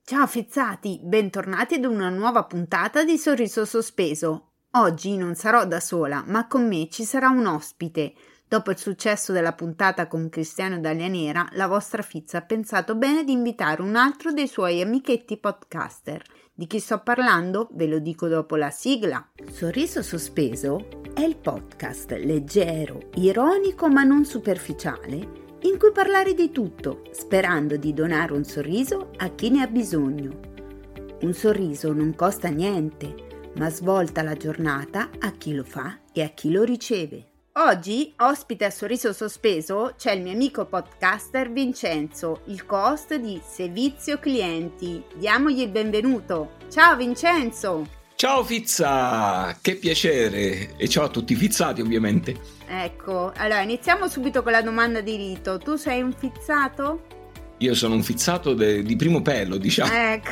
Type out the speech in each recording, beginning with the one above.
Ciao fizzati, bentornati ad una nuova puntata di Sorriso Sospeso. Oggi non sarò da sola, ma con me ci sarà un ospite. Dopo il successo della puntata con Cristiano Daglianera, la vostra Fizza ha pensato bene di invitare un altro dei suoi amichetti podcaster. Di chi sto parlando? Ve lo dico dopo la sigla. Sorriso Sospeso è il podcast leggero, ironico ma non superficiale, in cui parlare di tutto, sperando di donare un sorriso a chi ne ha bisogno. Un sorriso non costa niente, ma svolta la giornata a chi lo fa e a chi lo riceve. Oggi, ospite a Sorriso Sospeso, c'è il mio amico podcaster Vincenzo, il co-host di Servizio Clienti. Diamogli il benvenuto. Ciao Vincenzo! Ciao Fizza, che piacere! E ciao a tutti i fizzati ovviamente. Ecco, allora iniziamo subito con la domanda di rito. Tu sei un fizzato? Io sono un fizzato di primo pelo, diciamo. Ecco.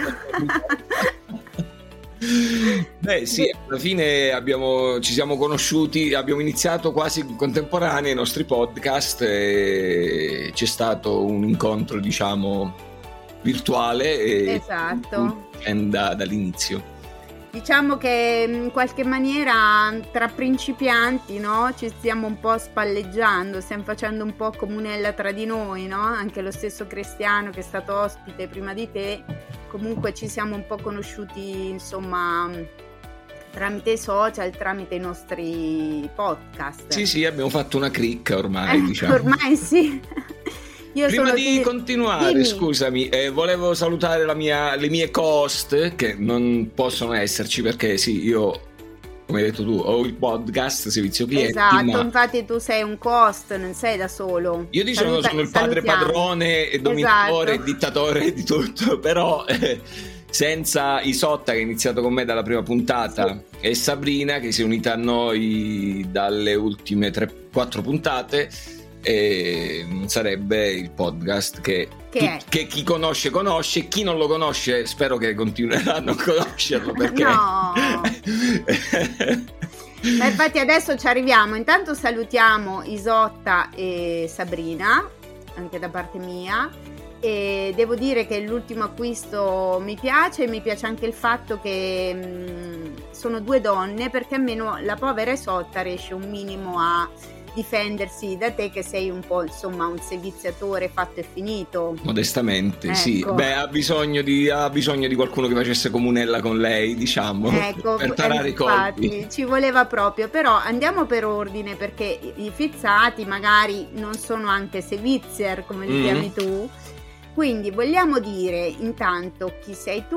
Beh sì, alla fine ci siamo conosciuti, abbiamo iniziato quasi contemporanei i nostri podcast e c'è stato un incontro, diciamo, virtuale. Esatto. Dall'inizio. Diciamo che in qualche maniera tra principianti, no, ci stiamo un po' spalleggiando, stiamo facendo un po' comunella tra di noi, no? Anche lo stesso Cristiano che è stato ospite prima di te, comunque ci siamo un po' conosciuti, insomma, tramite i social, tramite i nostri podcast. Sì, abbiamo fatto una cricca ormai, diciamo. Ormai sì. Prima di continuare, scusami, volevo salutare le mie co-host che non possono esserci perché sì, io, come hai detto tu, ho il podcast Servizio Clienti. Esatto, infatti tu sei un co-host, non sei da solo. Io diciamo sono il padre padrone e dominatore, esatto, e dittatore di tutto, però senza Isotta che ha iniziato con me dalla prima puntata, sì, e Sabrina che si è unita a noi dalle ultime 3-4 puntate, e non sarebbe il podcast che chi conosce, chi non lo conosce spero che continuerà a non conoscerlo, perché no. Ma infatti adesso ci arriviamo. Intanto salutiamo Isotta e Sabrina anche da parte mia, e devo dire che l'ultimo acquisto mi piace anche il fatto che sono due donne, perché almeno la povera Isotta riesce un minimo a difendersi da te che sei un po', insomma, un serviziatore fatto e finito. Modestamente, ecco. Sì. Beh, ha bisogno di qualcuno che facesse comunella con lei, diciamo, ecco, per tarare i colpi. Ci voleva proprio. Però andiamo per ordine, perché i fizzati magari non sono anche servizier, come li chiami tu. Quindi vogliamo dire intanto chi sei tu,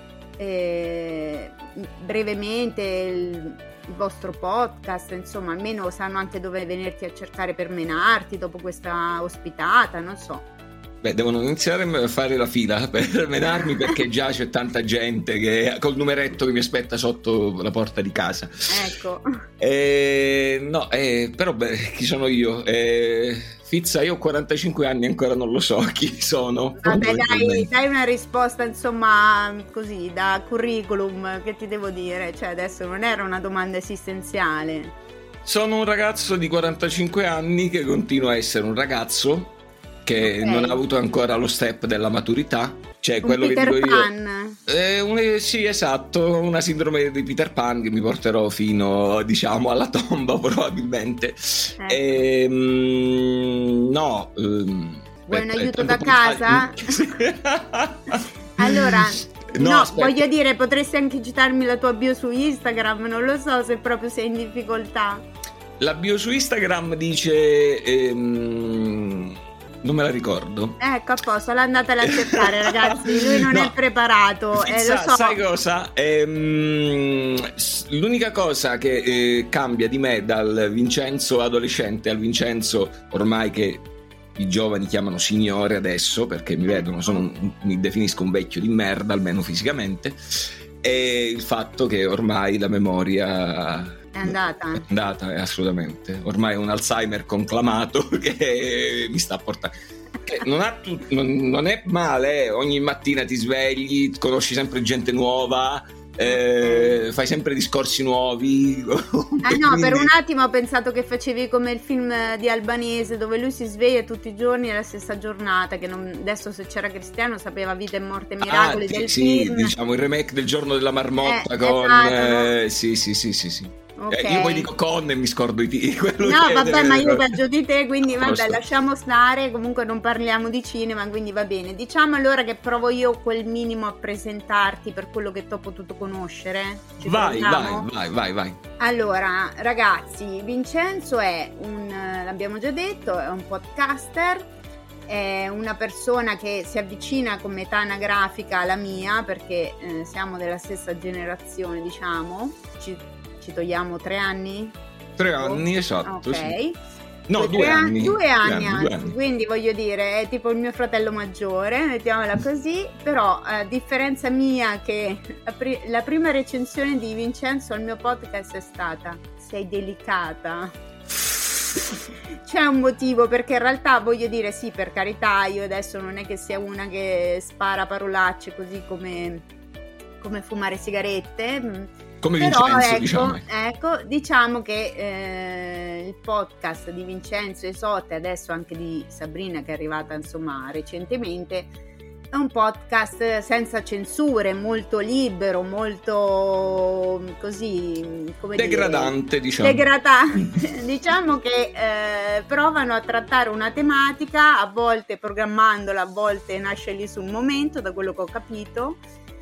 brevemente il vostro podcast, insomma, almeno sanno anche dove venirti a cercare per menarti dopo questa ospitata, non so. Beh, devono iniziare a fare la fila per menarmi, perché già c'è tanta gente col numeretto che mi aspetta sotto la porta di casa. Ecco. Però chi sono io? Fizza, io ho 45 anni e ancora non lo so chi sono. Vabbè, dai una risposta, insomma, così, da curriculum, che ti devo dire? Cioè, adesso non era una domanda esistenziale. Sono un ragazzo di 45 anni che continua a essere un ragazzo, che non ha avuto ancora lo step della maturità, cioè quello Peter che dico Pan. Io. Sì, esatto, una sindrome di Peter Pan che mi porterò fino, diciamo, alla tomba probabilmente. No. Vuoi un aiuto da casa? Allora, no, voglio dire, potresti anche citarmi la tua bio su Instagram, non lo so se proprio sei in difficoltà. La bio su Instagram dice... non me la ricordo. Ecco, a posto, l'andatela a cercare, ragazzi. Lui non è preparato. Lo so. Sai cosa? L'unica cosa che cambia di me dal Vincenzo adolescente al Vincenzo ormai che i giovani chiamano signore adesso, perché mi vedono, mi definisco un vecchio di merda, almeno fisicamente, è il fatto che ormai la memoria... È andata, assolutamente. Ormai è un Alzheimer conclamato che mi sta portando. Che non è male, ogni mattina ti svegli, conosci sempre gente nuova, fai sempre discorsi nuovi. No, per un attimo ho pensato che facevi come il film di Albanese, dove lui si sveglia tutti i giorni è la stessa giornata, che adesso se c'era Cristiano sapeva Vita e Morte e Miracoli del film. Diciamo il remake del Giorno della Marmotta con esatto. Sì. Okay. Io poi dico con e mi scordo i titoli. No, vabbè, ma io peggio di te, quindi vabbè, lasciamo stare, comunque non parliamo di cinema, quindi va bene. Diciamo allora che provo io quel minimo a presentarti per quello che ti ho potuto conoscere. Vai. Allora, ragazzi, Vincenzo è l'abbiamo già detto, è un podcaster, è una persona che si avvicina come età anagrafica alla mia, perché siamo della stessa generazione, diciamo, ci togliamo 3 anni? 3 anni, esatto. Ok. Sì. No, 2 anni. 2 anni. Quindi voglio dire, è tipo il mio fratello maggiore, mettiamola così, però a differenza mia che la prima recensione di Vincenzo al mio podcast è stata: sei delicata. C'è un motivo, perché in realtà voglio dire, sì, per carità, io adesso non è che sia una che spara parolacce così come fumare sigarette. Come però Vincenzo, diciamo che il podcast di Vincenzo Isotta e adesso anche di Sabrina, che è arrivata insomma recentemente, è un podcast senza censure, molto libero, molto così, come degradante, degradante. Diciamo che provano a trattare una tematica, a volte programmandola, a volte nasce lì sul momento, da quello che ho capito.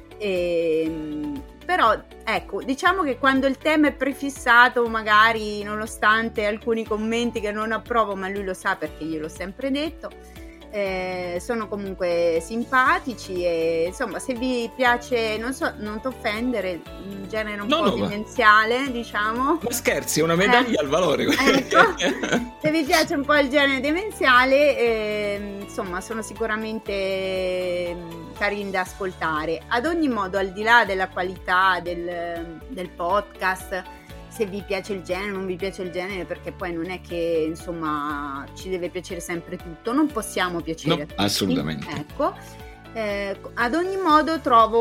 Però ecco, diciamo che quando il tema è prefissato, magari nonostante alcuni commenti che non approvo, ma lui lo sa perché gliel'ho sempre detto, sono comunque simpatici e insomma, se vi piace, non so, non t'offendere, un genere un po' demenziale, diciamo. Ma scherzi, è una medaglia al valore. Ecco, se vi piace un po' il genere demenziale, insomma, sono sicuramente carini da ascoltare. Ad ogni modo, al di là della qualità del podcast, se vi piace il genere, non vi piace il genere, perché poi non è che insomma ci deve piacere sempre tutto, non possiamo piacere a tutti. Assolutamente. Ecco, ad ogni modo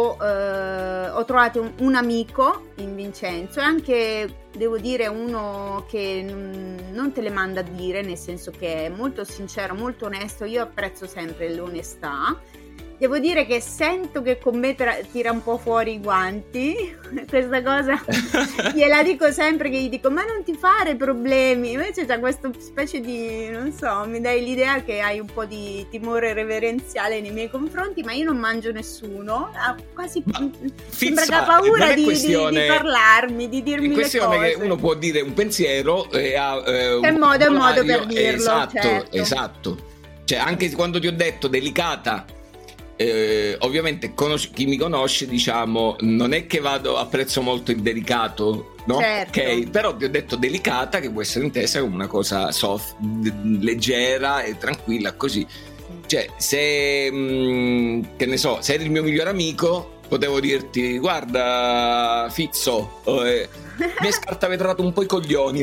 ho trovato un amico in Vincenzo, e anche devo dire uno che non te le manda a dire, nel senso che è molto sincero, molto onesto. Io apprezzo sempre l'onestà. Devo dire che sento che con me tira un po' fuori i guanti, questa cosa gliela dico sempre, che gli dico: ma non ti fare problemi. Invece c'è questa specie di, non so, mi dai l'idea che hai un po' di timore reverenziale nei miei confronti, ma io non mangio nessuno, quasi sembra che ha paura di parlarmi, di dirmi le cose. È questione che uno può dire un pensiero e ha c'è modo e modo per dirlo. Esatto. Cioè, anche quando ti ho detto delicata, ovviamente chi mi conosce, diciamo, non è che apprezzo molto il delicato, no? Certo. Ok, però ti ho detto delicata, che può essere intesa come una cosa soft, leggera e tranquilla, così. Cioè, se che ne so, se eri il mio migliore amico, potevo dirti: guarda Fizzo, mi è scartavetrato un po' i coglioni,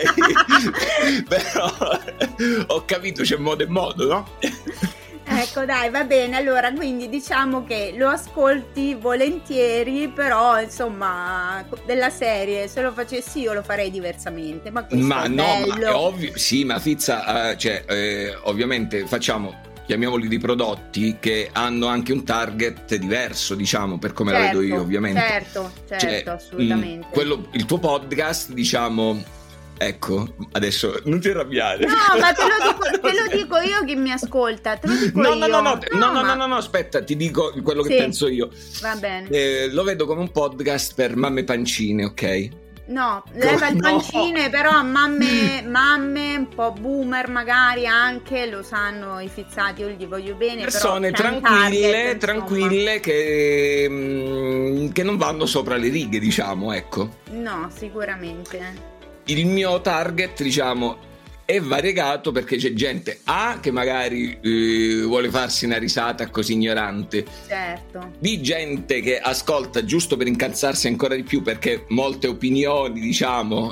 ok? Però ho capito, c'è modo e modo, no? Ecco, dai, va bene. Allora, quindi diciamo che lo ascolti volentieri, però insomma, della serie, se lo facessi io lo farei diversamente, ma questo è bello. Ma è ovvio, sì, ma Fizza, ovviamente chiamiamoli di prodotti che hanno anche un target diverso, diciamo, per come la vedo io, ovviamente. Certo, assolutamente. Il tuo podcast, diciamo. Ecco, adesso non ti arrabbiare. No, ma te lo dico io che mi ascolta. Te lo dico io. No, aspetta, ti dico quello che penso io. Va bene. Lo vedo come un podcast per mamme pancine, ok? No, leva il pancine, però mamme un po' boomer magari anche, lo sanno i fizzati, io gli voglio bene. Persone però tranquille che non vanno sopra le righe, diciamo, ecco. No, sicuramente. Il mio target, diciamo, è variegato, perché c'è gente che magari vuole farsi una risata così ignorante, certo, di gente che ascolta giusto per incazzarsi ancora di più, perché molte opinioni, diciamo,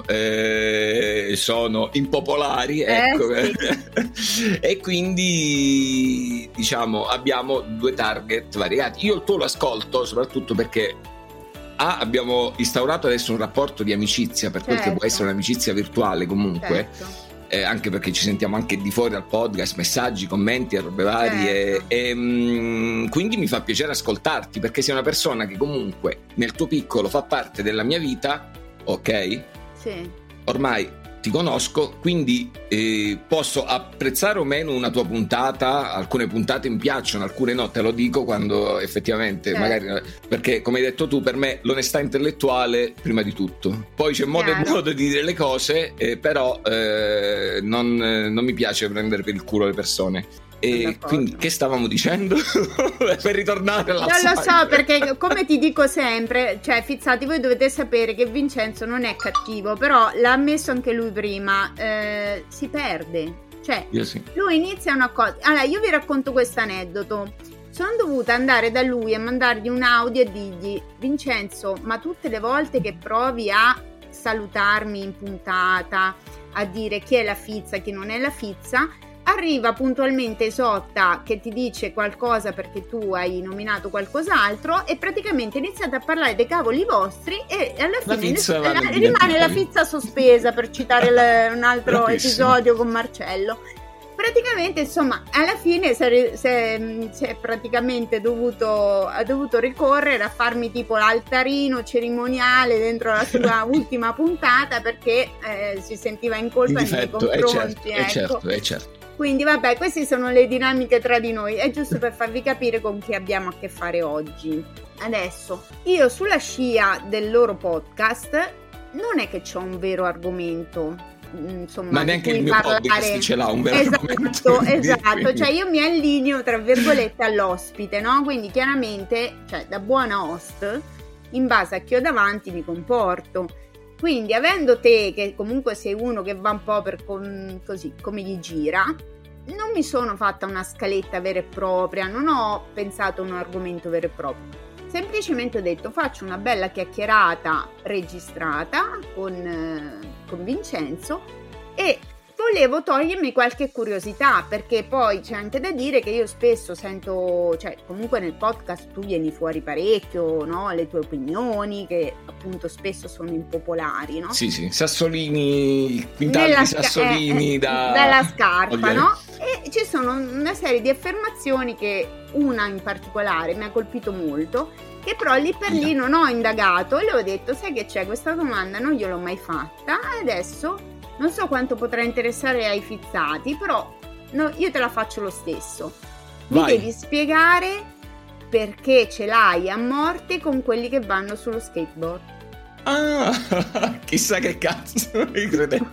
sono impopolari, ecco. Sì. E quindi, diciamo, abbiamo 2 target variegati. Io il tuo lo ascolto soprattutto perché abbiamo instaurato adesso un rapporto di amicizia, per quel che può essere un'amicizia virtuale comunque, anche perché ci sentiamo anche di fuori al podcast, messaggi, commenti e robe varie, e quindi mi fa piacere ascoltarti, perché sei una persona che comunque nel tuo piccolo fa parte della mia vita, ok? Sì. Ormai ti conosco, quindi posso apprezzare o meno una tua puntata. Alcune puntate mi piacciono, alcune no, te lo dico quando effettivamente magari, perché come hai detto tu, per me l'onestà intellettuale prima di tutto, poi c'è modo e modo di dire le cose, però non mi piace prendere per il culo le persone. E quindi che stavamo dicendo? Per ritornare alla non lo so, perché come ti dico sempre, cioè Fizzati, voi dovete sapere che Vincenzo non è cattivo, però l'ha ammesso anche lui prima, si perde, cioè lui inizia una cosa. Allora io vi racconto questo aneddoto. Sono dovuta andare da lui e mandargli un audio e dirgli: Vincenzo, ma tutte le volte che provi a salutarmi in puntata, a dire chi è la Fizza, chi non è la Fizza, arriva puntualmente Isotta che ti dice qualcosa perché tu hai nominato qualcos'altro e praticamente iniziate a parlare dei cavoli vostri e alla fine rimane la Fizza sospesa, per citare un altro episodio con Marcello. Praticamente, insomma, alla fine si è praticamente ha dovuto ricorrere a farmi tipo l'altarino cerimoniale dentro la sua ultima puntata, perché si sentiva in colpa nei miei confronti. Certo. Quindi vabbè, queste sono le dinamiche tra di noi, è giusto per farvi capire con chi abbiamo a che fare oggi. Adesso, io sulla scia del loro podcast non è che c'ho un vero argomento, insomma, ma neanche il mio podcast ce l'ha un vero argomento. Esatto, cioè io mi allineo tra virgolette all'ospite, no? Quindi chiaramente, cioè da buona host, in base a chi ho davanti mi comporto. Quindi avendo te che comunque sei uno che va un po' per così come gli gira, non mi sono fatta una scaletta vera e propria, non ho pensato a un argomento vero e proprio. Semplicemente ho detto: faccio una bella chiacchierata registrata con Vincenzo e volevo togliermi qualche curiosità, perché poi c'è anche da dire che io spesso sento, cioè comunque nel podcast tu vieni fuori parecchio, no? Le tue opinioni che appunto spesso sono impopolari, no? Sì, sassolini, quintali di sassolini dalla scarpa, no? E ci sono una serie di affermazioni che una in particolare mi ha colpito molto, che però lì per lì non ho indagato e le ho detto: sai che c'è, questa domanda non gliel'ho mai fatta e adesso non so quanto potrà interessare ai Fizzati, però io te la faccio lo stesso. Mi devi spiegare perché ce l'hai a morte con quelli che vanno sullo skateboard. Ah, chissà che cazzo, mi credevo.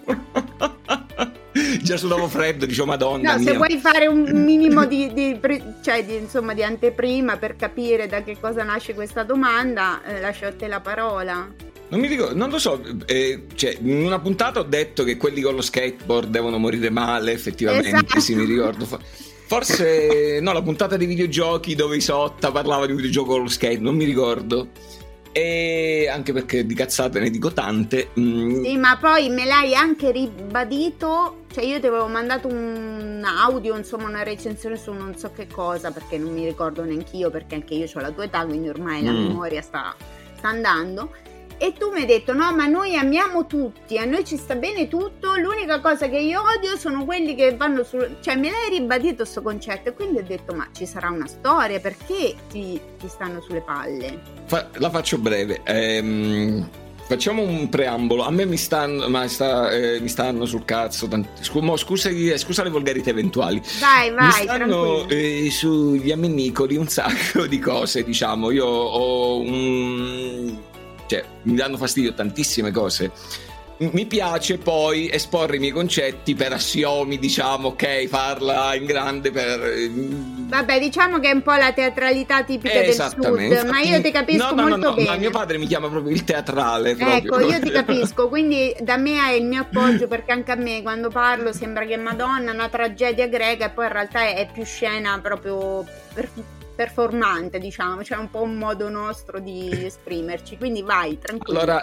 Già sudavo freddo, dicevo madonna mia. Se vuoi fare un minimo di anteprima per capire da che cosa nasce questa domanda, lascio a te la parola. Non mi dico, non lo so, cioè in una puntata ho detto che quelli con lo skateboard devono morire male, effettivamente, esatto. Sì, mi ricordo. Forse no, la puntata dei videogiochi dove Isotta parlava di un videogioco con lo skate, non mi ricordo. E anche perché di cazzate ne dico tante. Sì, ma poi me l'hai anche ribadito, cioè io ti avevo mandato un audio, insomma una recensione su non so che cosa, perché non mi ricordo neanch'io, perché anche io ho la tua età, quindi ormai la memoria sta andando. E tu mi hai detto: no, ma noi amiamo tutti, a noi ci sta bene tutto, l'unica cosa che io odio sono quelli che vanno cioè me l'hai ribadito sto concetto, e quindi ho detto: ma ci sarà una storia, perché ti stanno sulle palle? La faccio breve, facciamo un preambolo. A me mi stanno sul cazzo scusa le volgarità eventuali. Vai, mi stanno sugli ammennicoli un sacco di cose, diciamo. Io ho cioè, mi danno fastidio tantissime cose. Mi piace poi esporre i miei concetti per assiomi, diciamo, ok, farla in grande per... Vabbè, diciamo che è un po' la teatralità tipica del sud, ma io ti capisco molto bene. Ma mio padre mi chiama proprio il teatrale. Ecco, io ti capisco, quindi da me hai il mio appoggio, perché anche a me quando parlo sembra che Madonna è una tragedia greca e poi in realtà è più scena proprio performante, diciamo, c'è un po' un modo nostro di esprimerci, quindi vai, tranquillo. Allora,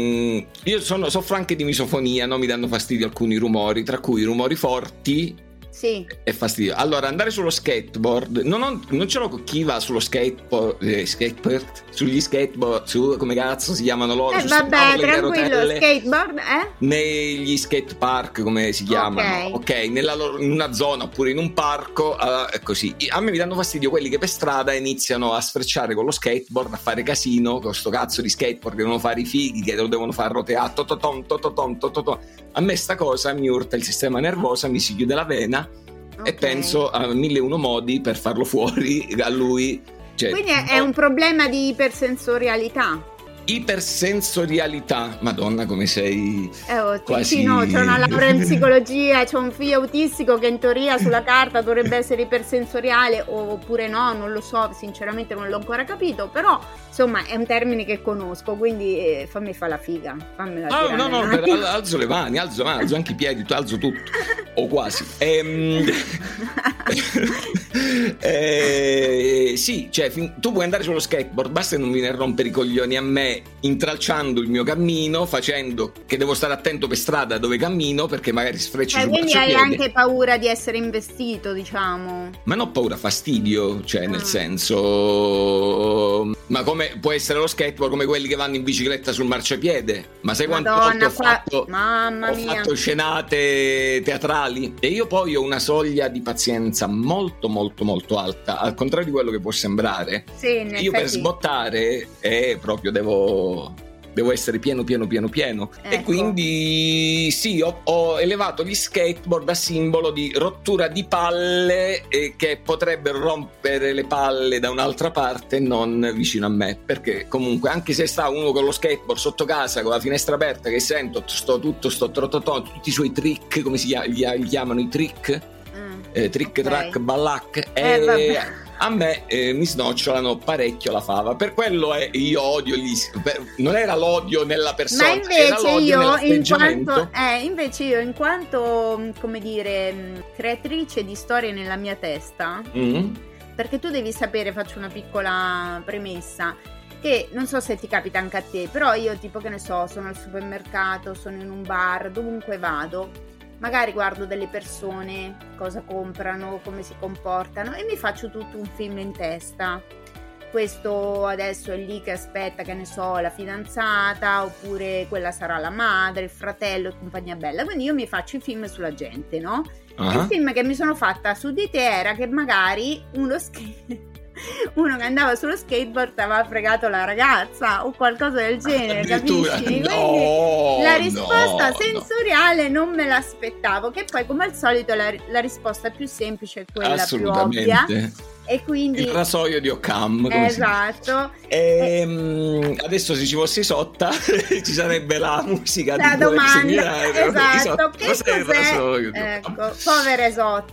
io soffro anche di misofonia, no? Mi danno fastidio alcuni rumori, tra cui rumori forti Sì. È fastidioso. Allora, andare sullo skateboard, non ce l'ho con chi va sullo skateboard, sugli skateboard, come cazzo si chiamano loro? Vabbè, tranquillo, skateboard, negli skate park, come si chiamano? Ok, in una zona oppure in un parco, così. A me mi danno fastidio quelli che per strada iniziano a sfrecciare con lo skateboard, a fare casino con sto cazzo di skateboard, che devono fare i fighi, che lo devono fare roteare, a me sta cosa mi urta il sistema nervoso, mi si chiude la vena. E penso a 1001 modi per farlo fuori a lui. Quindi è un problema di ipersensorialità. Ipersensorialità, Madonna, come sei quasi... No, c'ho una laurea in psicologia, c'ho un figlio autistico che in teoria sulla carta dovrebbe essere ipersensoriale, oppure no, non lo so, sinceramente non l'ho ancora capito, però insomma è un termine che conosco, quindi fammi fa la figa, fammela tirare. Alzo le mani, alzo anche i piedi, alzo tutto, o quasi. Sì, cioè tu puoi andare sullo skateboard, basta che non viene a rompere i coglioni a me intralciando il mio cammino, facendo che devo stare attento per strada dove cammino, perché magari sfreccio sul quindi hai marciapiede. anche paura di essere investito, diciamo. Ma non paura, fastidio, cioè nel senso, ma come può essere lo skateboard, come quelli che vanno in bicicletta sul marciapiede? Ma sai quante volte ho fatto scenate teatrali? E io poi ho una soglia di pazienza molto molto molto alta, al contrario di quello che può sembrare. Sì, io per sbottare proprio devo essere pieno. Ecco. E quindi sì, ho elevato gli skateboard a simbolo di rottura di palle, che potrebbero rompere le palle da un'altra parte, non vicino a me, perché comunque anche se sta uno con lo skateboard sotto casa con la finestra aperta, che sento tutti i suoi trick, come si chiamano i trick? Trick, track, ballac, a me mi snocciolano parecchio la fava. Per quello io odio non era l'odio nella persona, ma invece era l'odio nell'atteggiamento. Invece io in quanto come dire creatrice di storie nella mia testa, perché tu devi sapere, faccio una piccola premessa, che non so se ti capita anche a te, però io tipo, che ne so, sono al supermercato, sono in un bar, dovunque vado, magari guardo delle persone, cosa comprano, come si comportano, e mi faccio tutto un film in testa. Questo adesso è lì che aspetta, che ne so, la fidanzata, oppure quella sarà la madre, il fratello e compagnia bella. Quindi io mi faccio i film sulla gente, no? Il film che mi sono fatta su di te era che magari uno che andava sullo skateboard aveva fregato la ragazza o qualcosa del genere, capisci? Quindi la risposta sensoriale non me l'aspettavo, che poi come al solito la risposta più semplice è quella più ovvia. E quindi il rasoio di Occam, esatto. Adesso se ci fosse Isotta ci sarebbe la musica la di domanda, esatto. Che cos'è il rasoio? Ecco, povera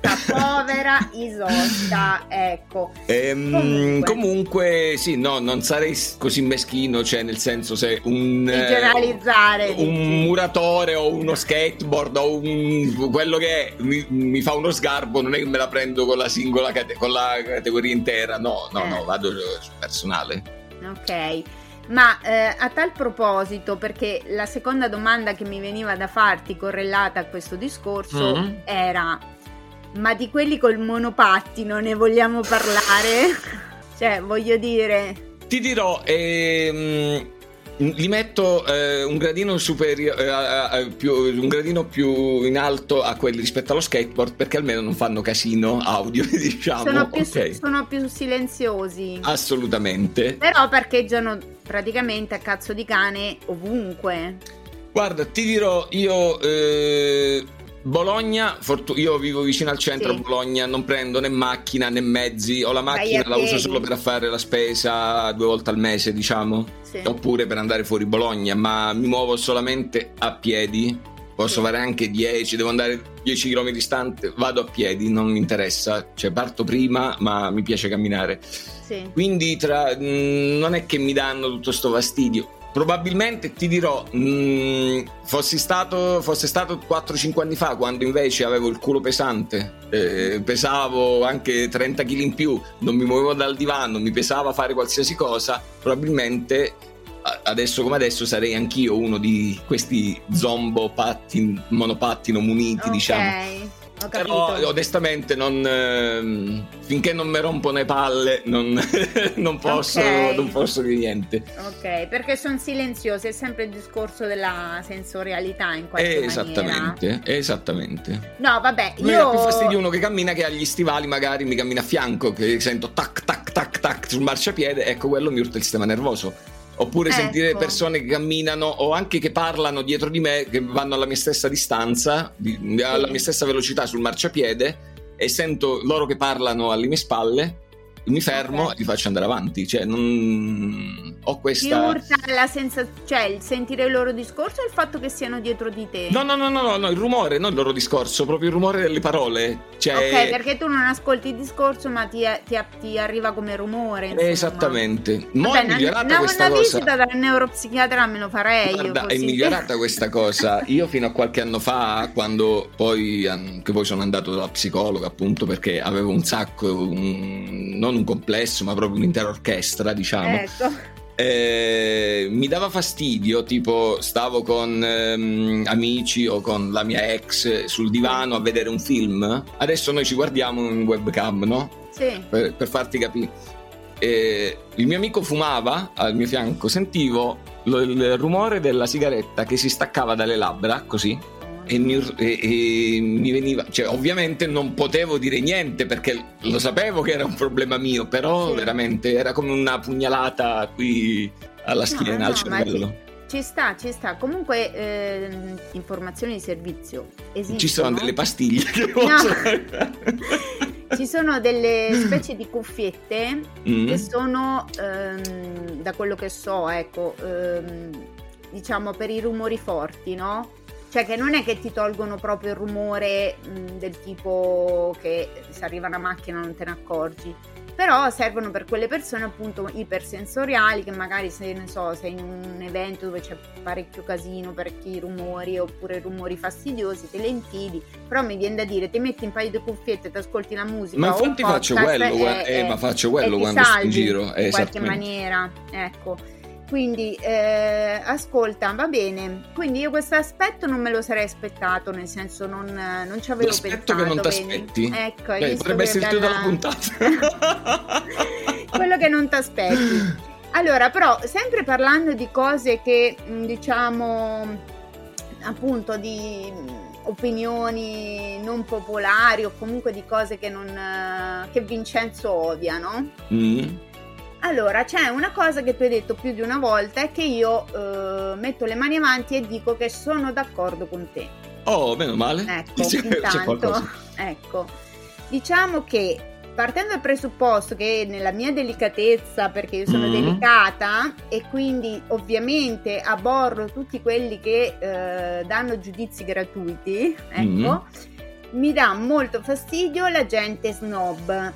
Isotta, ecco. Comunque sì, no, non sarei così meschino, cioè nel senso, se di generalizzare un muratore o uno skateboard o quello che è, mi fa uno sgarbo, non è che me la prendo con la singola con la categoria intera, no, vado sul personale. Ok, ma a tal proposito, perché la seconda domanda che mi veniva da farti correlata a questo discorso era: ma di quelli col monopattino ne vogliamo parlare? Cioè, voglio dire, ti dirò, li metto un gradino superiore, un gradino più in alto a quelli rispetto allo skateboard, perché almeno non fanno casino audio, diciamo. Sono più silenziosi. Assolutamente. Però parcheggiano praticamente a cazzo di cane ovunque. Guarda, ti dirò, io Bologna, io vivo vicino al centro, sì. Bologna, non prendo né macchina né mezzi, ho la macchina, la uso solo per fare la spesa 2 volte al mese, diciamo, sì. Oppure per andare fuori Bologna, ma mi muovo solamente a piedi, posso fare anche 10, devo andare 10 km distante, vado a piedi, non mi interessa, cioè parto prima, ma mi piace camminare, sì. Quindi non è che mi danno tutto sto fastidio. Probabilmente ti dirò, fosse stato 4-5 anni fa, quando invece avevo il culo pesante, pesavo anche 30 kg in più, non mi muovevo dal divano, mi pesava fare qualsiasi cosa, probabilmente adesso come adesso sarei anch'io uno di questi monopattino muniti, okay. Diciamo. Però onestamente finché non mi rompono le palle non posso dire niente. Ok, perché sono silenziosi, è sempre il discorso della sensorialità in qualche maniera. Esattamente. No, vabbè, mi dà più fastidio uno che cammina, che ha gli stivali magari mi cammina a fianco, che sento tac tac tac tac sul marciapiede, ecco, quello mi urta il sistema nervoso. Oppure sentire persone che camminano o anche che parlano dietro di me, che vanno alla mia stessa distanza, alla mia stessa velocità sul marciapiede, e sento loro che parlano alle mie spalle, mi fermo e li faccio andare avanti. Cioè, non ho questa. Ti urta la sensazione, cioè il sentire il loro discorso o il fatto che siano dietro di te? No, il rumore, non il loro discorso, proprio il rumore delle parole. Cioè... Ok, perché tu non ascolti il discorso, ma ti arriva come rumore. Insomma. Esattamente. Mo' è migliorata questa cosa. Una visita dal neuropsichiatra me lo farei. Guarda, io così. È migliorata questa cosa. Io fino a qualche anno fa, quando poi sono andato dalla psicologa, appunto, perché avevo un sacco, non un complesso, ma proprio un'intera orchestra, diciamo. Ecco. Mi dava fastidio, tipo stavo con amici o con la mia ex sul divano a vedere un film. Adesso noi ci guardiamo in webcam, no? Sì. Per farti capire. Il mio amico fumava al mio fianco, sentivo il rumore della sigaretta che si staccava dalle labbra, così. E mi veniva, cioè ovviamente non potevo dire niente perché lo sapevo che era un problema mio, però veramente era come una pugnalata qui alla schiena, al cervello. Ci sta. Comunque informazioni di servizio esistono. Ci sono delle pastiglie che Ci sono delle specie di cuffiette che sono, da quello che so, ecco, diciamo per i rumori forti, no? Cioè che non è che ti tolgono proprio il rumore del tipo che se arriva una macchina non te ne accorgi, però servono per quelle persone appunto ipersensoriali che magari sei in un evento dove c'è parecchio casino, parecchi rumori oppure rumori fastidiosi, te le infili, però mi viene da dire ti metti un paio di cuffiette, ti ascolti la musica, ma infatti faccio quello quando sto in giro in qualche maniera, ecco. Quindi ascolta, va bene, quindi io questo aspetto non me lo sarei aspettato, nel senso non ci avevo pensato. Che non ti aspetti? Ecco, potrebbe essere il titolo della puntata. Quello che non ti aspetti. Allora, però, sempre parlando di cose che diciamo appunto di opinioni non popolari o comunque di cose che Vincenzo odia, no? Allora, c'è una cosa che tu hai detto più di una volta, è che io metto le mani avanti e dico che sono d'accordo con te. Oh, meno male. Ecco, intanto, ecco, diciamo che partendo dal presupposto che nella mia delicatezza, perché io sono delicata e quindi ovviamente aborro tutti quelli che danno giudizi gratuiti, ecco, mi dà molto fastidio la gente snob.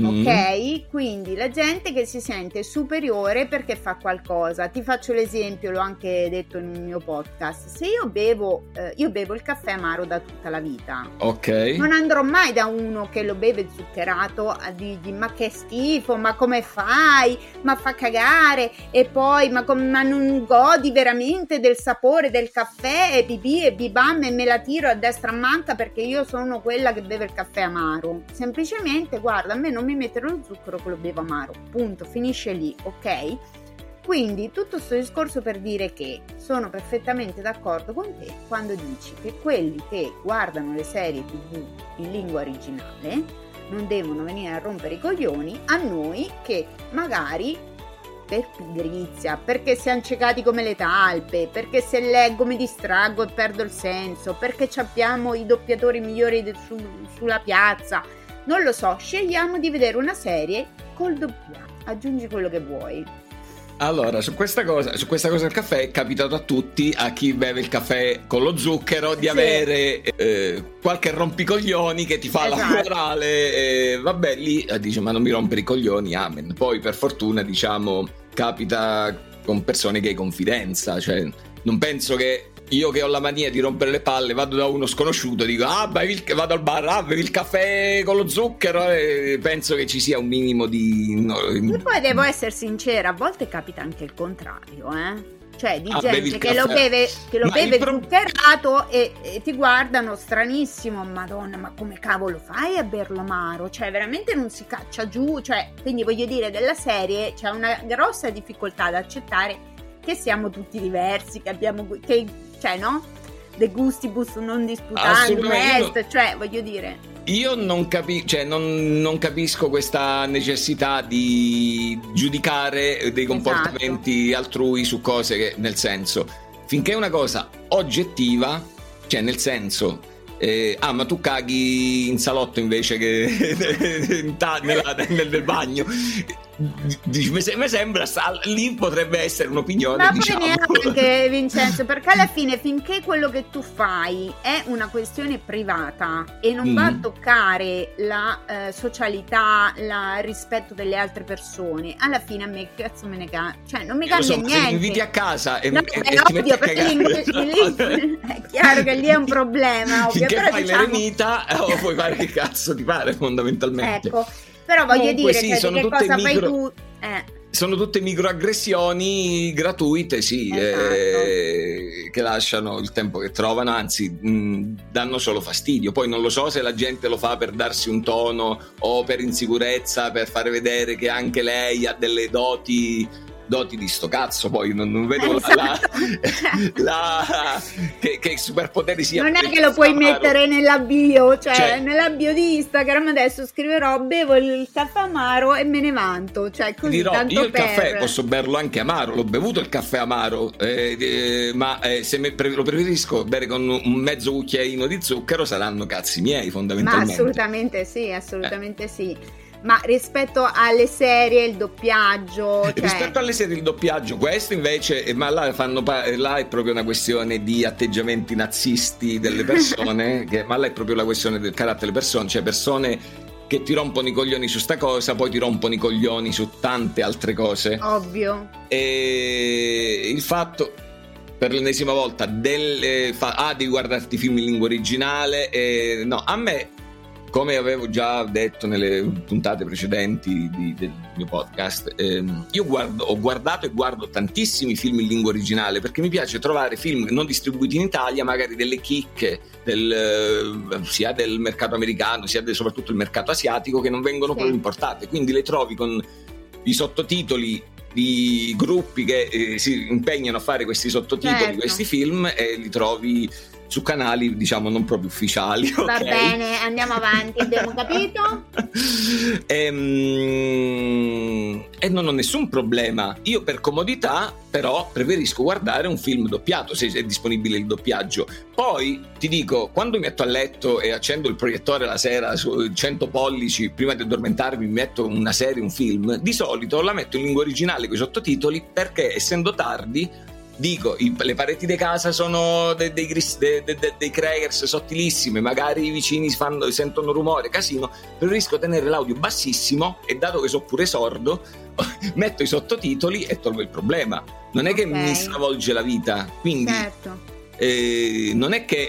Ok, quindi la gente che si sente superiore perché fa qualcosa. Ti faccio l'esempio, l'ho anche detto in un mio podcast. Se io bevo il caffè amaro da tutta la vita, ok, non andrò mai da uno che lo beve zuccherato a dirgli ma che schifo, ma come fai, ma fa cagare, e poi ma non godi veramente del sapore del caffè, e bibì e bibam, e me la tiro a destra a manca perché io sono quella che beve il caffè amaro. Semplicemente, guarda, a me non mi mettere lo zucchero che lo bevo amaro, punto, finisce lì, ok? Quindi tutto questo discorso per dire che sono perfettamente d'accordo con te quando dici che quelli che guardano le serie TV in lingua originale non devono venire a rompere i coglioni a noi che magari per pigrizia, perché siamo ciecati come le talpe, perché se leggo mi distraggo e perdo il senso, perché abbiamo i doppiatori migliori sulla piazza. Non lo so, scegliamo di vedere una serie col doppiato. Aggiungi quello che vuoi. Allora, su questa cosa del caffè è capitato a tutti, a chi beve il caffè con lo zucchero, di avere qualche rompicoglioni che ti fa la morale. Vabbè, lì dice ma non mi rompere i coglioni, amen. Poi per fortuna, diciamo, capita con persone che hai confidenza. Cioè, non penso che io che ho la mania di rompere le palle vado da uno sconosciuto, dico vado al bar, bevi il caffè con lo zucchero, e penso che ci sia un minimo di e poi devo essere sincera, a volte capita anche il contrario, cioè di gente che lo beve zuccherato e ti guardano stranissimo, madonna, ma come cavolo fai a berlo amaro? Cioè veramente non si caccia giù, cioè, quindi voglio dire, della serie c'è una grossa difficoltà ad accettare che siamo tutti diversi, che abbiamo, cioè no? De gustibus non disputandum est, cioè voglio dire... Io non capisco questa necessità di giudicare dei comportamenti altrui su cose che, nel senso, finché è una cosa oggettiva, cioè nel senso, ma tu caghi in salotto invece che nel bagno. Mi sembra lì potrebbe essere un'opinione, ma diciamo. poi neanche, Vincenzo, perché alla fine finché quello che tu fai è una questione privata e non va a toccare la socialità, il rispetto delle altre persone, alla fine a me cazzo me ne cambia, cioè non mi cambia niente. Se mi inviti a casa e è ovvio, perché lì è chiaro che lì è un problema, ovvio. Finché però fai l'eremita puoi fare che cazzo ti pare, fondamentalmente. Ecco, però voglio dire, sì, cioè, sono che tutte cosa fai tu? Sono tutte microaggressioni gratuite, sì, che lasciano il tempo che trovano, anzi danno solo fastidio. Poi non lo so se la gente lo fa per darsi un tono o per insicurezza, per fare vedere che anche lei ha delle doti di sto cazzo, poi non vedo che superpoteri sia. Non è che lo puoi mettere nella bio, cioè nella bio di Instagram adesso scriverò bevo il caffè amaro e me ne vanto, cioè così dirò, tanto io il per... caffè posso berlo anche amaro, l'ho bevuto il caffè amaro, ma se lo preferisco bere con un mezzo cucchiaino di zucchero saranno cazzi miei, fondamentalmente. Ma assolutamente sì. Ma rispetto alle serie, il doppiaggio, rispetto alle serie, il doppiaggio, questo invece, ma là è proprio una questione di atteggiamenti nazisti delle persone, ma là è proprio la questione del carattere delle persone, cioè persone che ti rompono i coglioni su sta cosa, poi ti rompono i coglioni su tante altre cose. Ovvio. E il fatto, per l'ennesima volta, devi guardarti film in lingua originale, no, a me, come avevo già detto nelle puntate precedenti del mio podcast, io ho guardato e guardo tantissimi film in lingua originale perché mi piace trovare film non distribuiti in Italia, magari delle chicche sia del mercato americano sia soprattutto il mercato asiatico, che non vengono proprio importate, quindi le trovi con i sottotitoli di gruppi che si impegnano a fare questi sottotitoli, questi film, e li trovi su canali diciamo non proprio ufficiali. Va bene, andiamo avanti, abbiamo capito. E non ho nessun problema, io per comodità però preferisco guardare un film doppiato se è disponibile il doppiaggio. Poi ti dico, quando mi metto a letto e accendo il proiettore la sera su 100 pollici, prima di addormentarmi mi metto una serie, un film, di solito la metto in lingua originale con i sottotitoli, perché essendo tardi dico, le pareti di casa sono dei crackers sottilissime, magari i vicini sentono rumore, casino, preferisco tenere l'audio bassissimo e dato che so pure sordo metto i sottotitoli e tolgo il problema. Non è che mi stravolge la vita, quindi non è che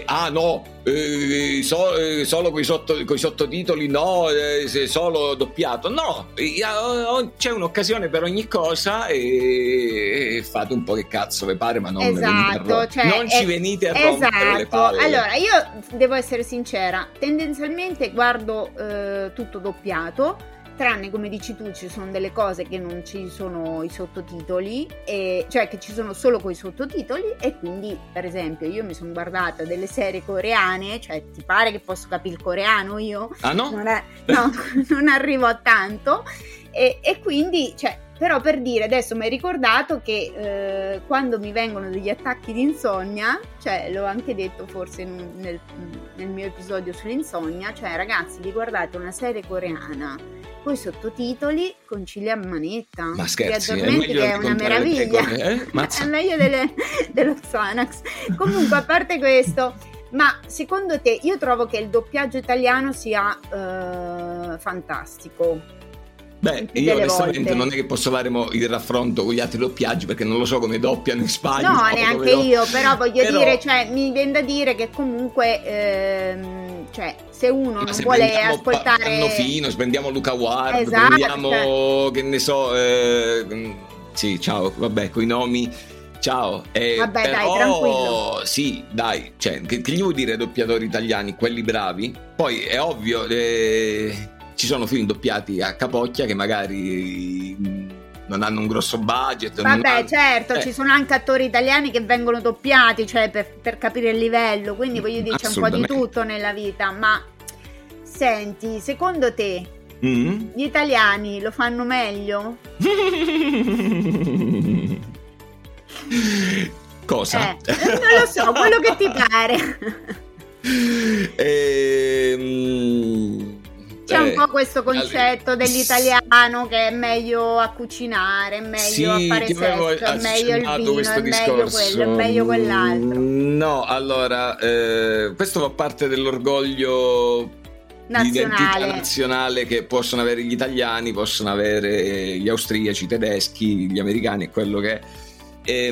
solo coi sottotitoli, no, solo doppiato, no, c'è un'occasione per ogni cosa e fate un po' che cazzo vi pare, ma non non ci venite a rompere le palle. Allora, io devo essere sincera, tendenzialmente guardo tutto doppiato, tranne, come dici tu, ci sono delle cose che non ci sono i sottotitoli, cioè che ci sono solo coi sottotitoli, e quindi per esempio io mi sono guardata delle serie coreane, cioè ti pare che posso capire il coreano io? Ah no? Non arrivo a tanto, e quindi, cioè, però per dire, adesso mi hai ricordato che quando mi vengono degli attacchi di insonnia, cioè l'ho anche detto forse nel mio episodio sull'insonnia, cioè ragazzi, vi guardate una serie coreana con i sottotitoli, concilia a manetta, ma scherzi, ti addormenti, che è una meraviglia, è meglio dello Xanax. Comunque, a parte questo, ma secondo te, io trovo che il doppiaggio italiano sia fantastico. Beh, io onestamente non è che posso fare il raffronto con gli altri doppiaggi, perché non lo so come doppiano in Spagna. No, neanche io, però voglio dire, cioè, mi viene da dire che comunque, cioè, se uno non vuole ascoltare fino, prendiamo Luca Ward, esatto, prendiamo, che ne so, sì, ciao, vabbè, coi nomi ciao. Vabbè, però, dai, tranquillo. Sì, dai, cioè, che gli vuoi dire ai doppiatori italiani, quelli bravi? Poi è ovvio, ci sono film doppiati a capocchia che magari non hanno un grosso budget. Vabbè, certo, ci sono anche attori italiani che vengono doppiati, cioè per capire il livello, quindi voglio dire, c'è un po' di tutto nella vita. Ma senti, secondo te gli italiani lo fanno meglio? Cosa? Non lo so, quello che ti pare. C'è un po' questo concetto dell'italiano che è meglio a cucinare, è meglio a fare sesso, è meglio il vino, è meglio quello, è meglio quell'altro. No, allora, questo fa parte dell'orgoglio d'identità nazionale che possono avere gli italiani, possono avere gli austriaci, i tedeschi, gli americani, è quello che è.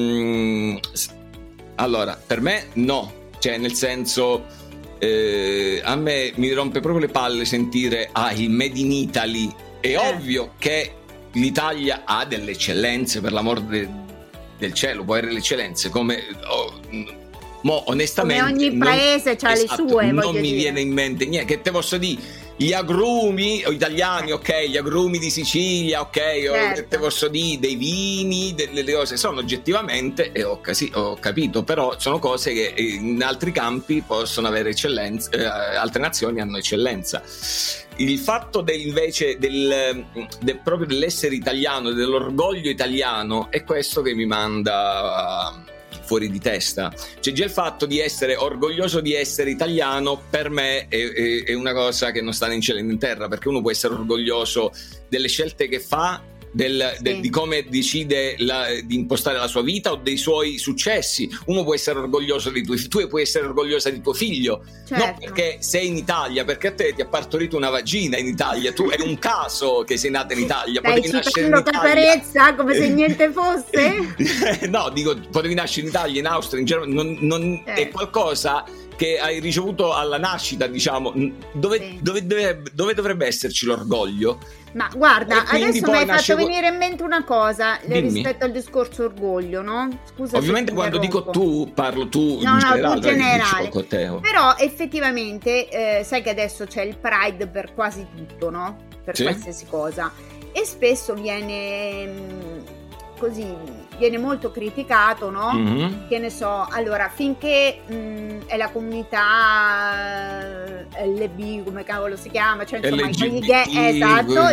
Allora, per me no, cioè nel senso... a me mi rompe proprio le palle sentire il Made in Italy. È ovvio che l'Italia ha delle eccellenze, per l'amor del cielo, può avere le eccellenze come onestamente come ogni paese ha le sue, non mi viene in mente niente. Che te posso dire, gli agrumi italiani, ok, gli agrumi di Sicilia, ok, certo. Te posso dire dei vini, delle cose sono oggettivamente, ho capito, però sono cose che in altri campi possono avere eccellenza, altre nazioni hanno eccellenza. Il fatto invece proprio dell'essere italiano, dell'orgoglio italiano, è questo che mi manda fuori di testa. Cioè già il fatto di essere orgoglioso di essere italiano per me è una cosa che non sta né in cielo né in terra, perché uno può essere orgoglioso delle scelte che fa, di come decide di impostare la sua vita o dei suoi successi. Uno può essere orgoglioso di tu puoi essere orgogliosa di tuo figlio, certo. Non perché sei in Italia, perché a te ti ha partorito una vagina in Italia, tu è un caso che sei nata in Italia. Potevi nascere in Italia come se niente fosse. No, dico, potevi nascere in Italia, in Austria, in Germania, è qualcosa che hai ricevuto alla nascita, diciamo. Dove dovrebbe esserci l'orgoglio? Ma guarda, adesso mi hai fatto venire in mente una cosa. Rispetto al discorso orgoglio, no? Scusa. Ovviamente quando dico tu, parlo tu in generale. Tu in generale. Però effettivamente sai che adesso c'è il Pride per quasi tutto, no? Per qualsiasi cosa. E spesso viene viene molto criticato, no? Mm-hmm. Che ne so, allora, finché è la comunità LB, come cavolo si chiama, cioè insomma esatto,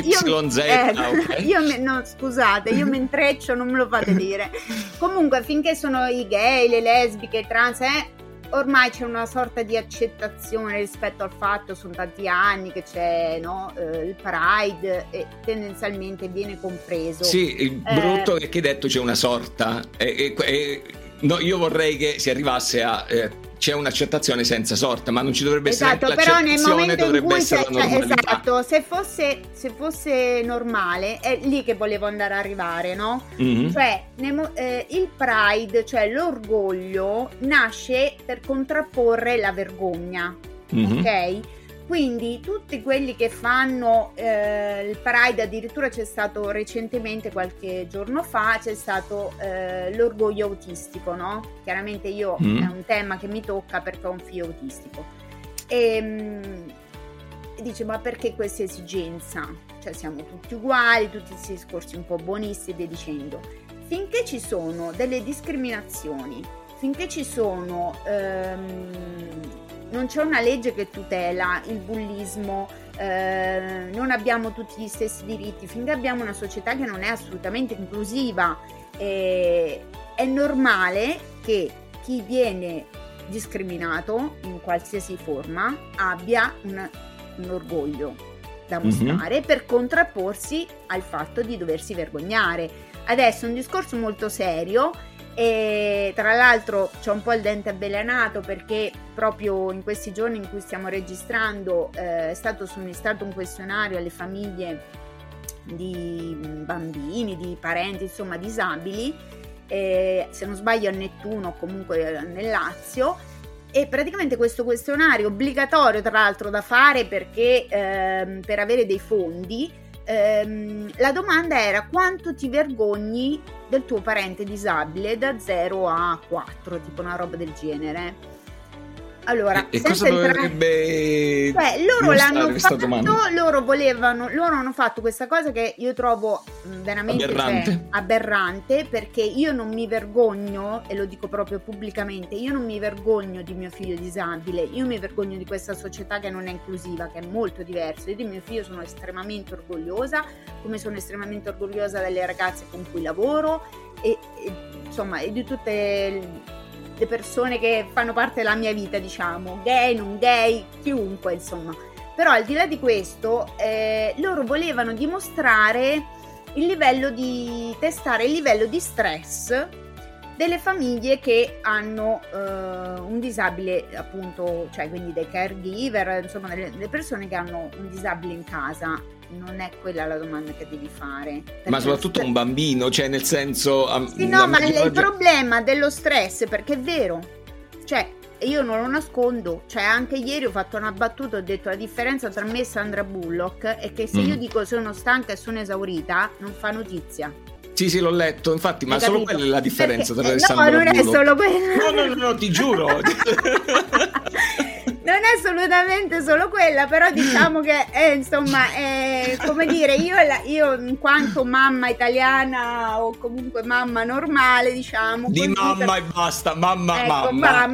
scusate, io mi intreccio, non me lo fate dire. Comunque, finché sono i gay, le lesbiche, i trans, ormai c'è una sorta di accettazione rispetto al fatto, sono tanti anni che c'è il Pride e tendenzialmente viene compreso. Sì, il brutto è che hai detto c'è una sorta no, io vorrei che si arrivasse a c'è un'accettazione senza sorta, ma non ci dovrebbe essere però nel momento in cui esatto, se fosse normale è lì che volevo andare a arrivare, no? Mm-hmm. Cioè il Pride, cioè l'orgoglio nasce per contrapporre la vergogna, mm-hmm. Ok? Quindi tutti quelli che fanno il Pride, addirittura c'è stato recentemente, qualche giorno fa, c'è stato l'orgoglio autistico, no? Chiaramente è un tema che mi tocca perché ho un figlio autistico. E dice, ma perché questa esigenza? Cioè siamo tutti uguali, tutti questi discorsi un po' buonisti e via dicendo. Finché ci sono delle discriminazioni, finché ci sono... non c'è una legge che tutela il bullismo, non abbiamo tutti gli stessi diritti, finché abbiamo una società che non è assolutamente inclusiva, è normale che chi viene discriminato in qualsiasi forma abbia un orgoglio da mostrare, per contrapporsi al fatto di doversi vergognare. Adesso è un discorso molto serio. E tra l'altro c'ho un po' il dente avvelenato perché proprio in questi giorni in cui stiamo registrando è stato somministrato un questionario alle famiglie di bambini, di parenti insomma disabili, se non sbaglio a Nettuno o comunque nel Lazio, e praticamente questo questionario obbligatorio tra l'altro da fare perché per avere dei fondi, la domanda era: quanto ti vergogni del tuo parente disabile da 0 a 4, tipo una roba del genere. Allora, e cosa dovrebbe loro l'hanno fatto, loro hanno fatto questa cosa che io trovo veramente aberrante, perché io non mi vergogno, e lo dico proprio pubblicamente, io non mi vergogno di mio figlio disabile, io mi vergogno di questa società che non è inclusiva, che è molto diversa. Io di mio figlio sono estremamente orgogliosa, come sono estremamente orgogliosa delle ragazze con cui lavoro e insomma, e di tutte le persone che fanno parte della mia vita, diciamo, gay, non gay, chiunque, insomma. Però al di là di questo, loro volevano dimostrare testare il livello di stress delle famiglie che hanno un disabile, appunto, cioè quindi dei caregiver, insomma, delle persone che hanno un disabile in casa. Non è quella la domanda che devi fare. Ma soprattutto un bambino, cioè nel senso... Sì, no, ma il problema dello stress, perché è vero, cioè io non lo nascondo, cioè anche ieri ho fatto una battuta, ho detto la differenza tra me e Sandra Bullock è che se io dico sono stanca e sono esaurita, non fa notizia. Sì, l'ho letto, infatti, ma solo quella è la differenza tra Sandra Bullock. No, non è solo quella. No, ti giuro. Non è assolutamente solo quella, però diciamo che insomma, come dire, io in quanto mamma italiana o comunque mamma normale, diciamo. Di mamma e basta, mamma,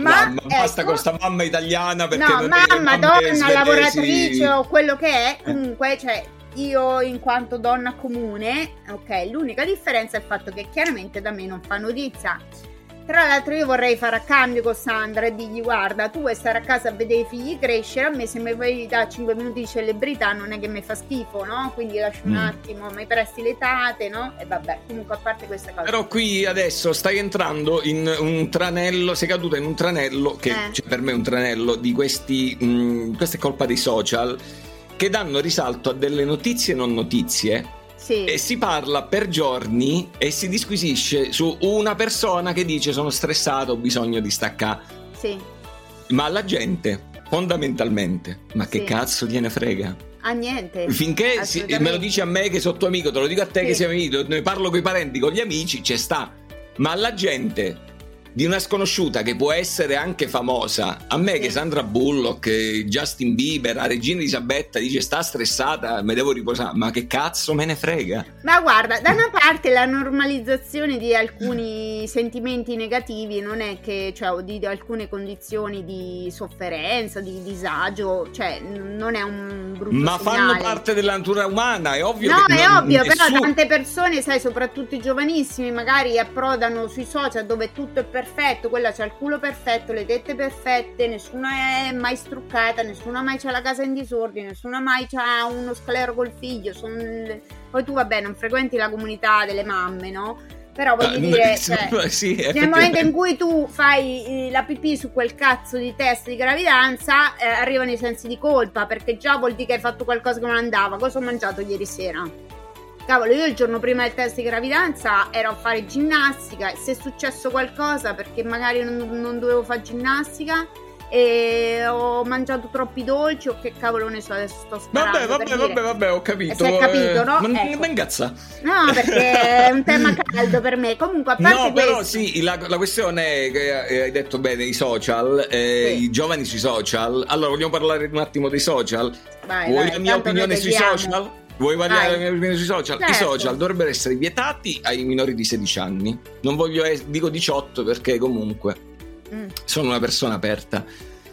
basta con questa mamma italiana, perché no, mamma, donna, lavoratrice o quello che è, comunque, cioè io in quanto donna comune, ok, l'unica differenza è il fatto che chiaramente da me non fa notizia. Tra l'altro io vorrei fare a cambio con Sandra e dirgli: guarda, tu vuoi stare a casa a vedere i figli crescere, a me se mi vuoi dare 5 minuti di celebrità non è che mi fa schifo, no? Quindi lascio un attimo, mi presti le tate, no? E vabbè, comunque a parte questa cosa. Però qui adesso stai entrando in un tranello, sei caduta in un tranello che cioè, per me è un tranello di questi, questa è colpa dei social, che danno risalto a delle notizie non notizie. Sì. E si parla per giorni e si disquisisce su una persona che dice sono stressato, ho bisogno di staccare. Sì. Ma alla gente, fondamentalmente, ma che cazzo gliene frega? A niente. Finché me lo dici a me che sono tuo amico, te lo dico a te che sei amico, ne parlo con i parenti, con gli amici, ci sta. Ma alla gente di una sconosciuta che può essere anche famosa, a me che Sandra Bullock, Justin Bieber, la regina Elisabetta dice sta stressata, me devo riposare, ma che cazzo me ne frega? Ma guarda, da una parte la normalizzazione di alcuni sentimenti negativi non è che, cioè, o di alcune condizioni di sofferenza, di disagio, cioè non è un brutto ma segnale. Fanno parte della natura umana, è ovvio. No, è ovvio, però tante persone, sai, soprattutto i giovanissimi, magari approdano sui social dove tutto è perfetto, quella c'ha il culo perfetto, le tette perfette, nessuna è mai struccata, nessuna mai c'ha la casa in disordine, nessuna mai c'ha uno sclero col figlio. Poi tu, vabbè, non frequenti la comunità delle mamme, no? Però voglio dire, cioè, nel momento in cui tu fai la pipì su quel cazzo di test di gravidanza, arrivano i sensi di colpa, perché già vuol dire che hai fatto qualcosa che non andava. Cosa ho mangiato ieri sera? Cavolo, io il giorno prima del test di gravidanza ero a fare ginnastica, e se è successo qualcosa perché magari non dovevo fare ginnastica e ho mangiato troppi dolci o che cavolo ne so, adesso sto sparando. Vabbè, ho capito. Si è capito, no? Ma ecco. Ingazza. No, perché è un tema caldo per me. Comunque, a parte però sì, la questione è che hai detto bene, i social, i giovani sui social. Allora, vogliamo parlare un attimo dei social? Vuoi la mia opinione sui social? Vuoi variare la mia opinione sui social? Certo. I social dovrebbero essere vietati ai minori di 16 anni. Non voglio dico 18 perché comunque sono una persona aperta.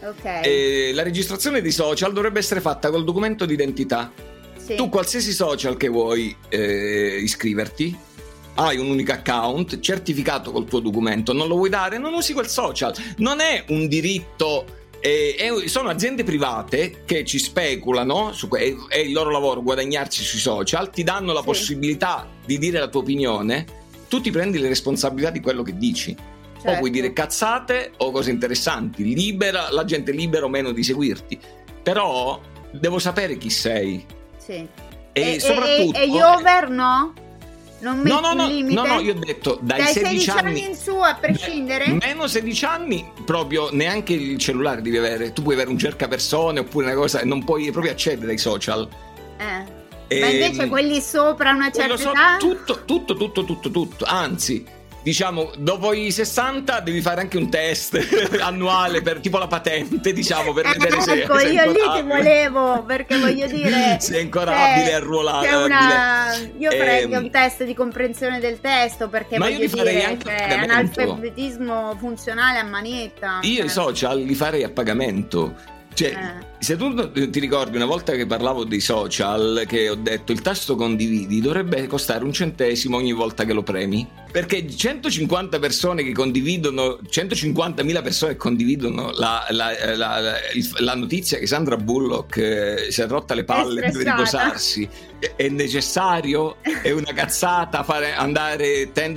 Ok. La registrazione dei social dovrebbe essere fatta col documento d'identità. Sì. Tu qualsiasi social che vuoi iscriverti, hai un unico account certificato col tuo documento, non lo vuoi dare, non usi quel social. Non è un diritto. Sono aziende private che ci speculano è il loro lavoro guadagnarci sui social, ti danno la possibilità di dire la tua opinione, tu ti prendi le responsabilità di quello che dici. O puoi dire cazzate o cose interessanti, la gente è libera o meno di seguirti, però devo sapere chi sei. Sì. E soprattutto e gli over no? Non metti un limite? No, io ho detto dai 16 anni in su, a prescindere? Meno 16 anni proprio neanche il cellulare devi avere. Tu puoi avere un cercapersone oppure una cosa, non puoi proprio accedere ai social. Ma invece quelli sopra una certa età? Tutto. Anzi, diciamo, dopo i 60 devi fare anche un test annuale per tipo la patente, diciamo, per vedere se ecco, io lì ti volevo, perché voglio dire, se è ancora abile a ruolare. Io farei anche un test di comprensione del testo, perché ma voglio io li farei dire, anche è analfabetismo funzionale a manetta. Io i social li farei a pagamento. Cioè, se tu ti ricordi una volta che parlavo dei social, che ho detto il tasto condividi dovrebbe costare 1 centesimo ogni volta che lo premi, perché 150 persone che condividono, 150.000 persone che condividono la notizia che Sandra Bullock si è rotta le palle per riposarsi, è necessario? È una cazzata fare andare trend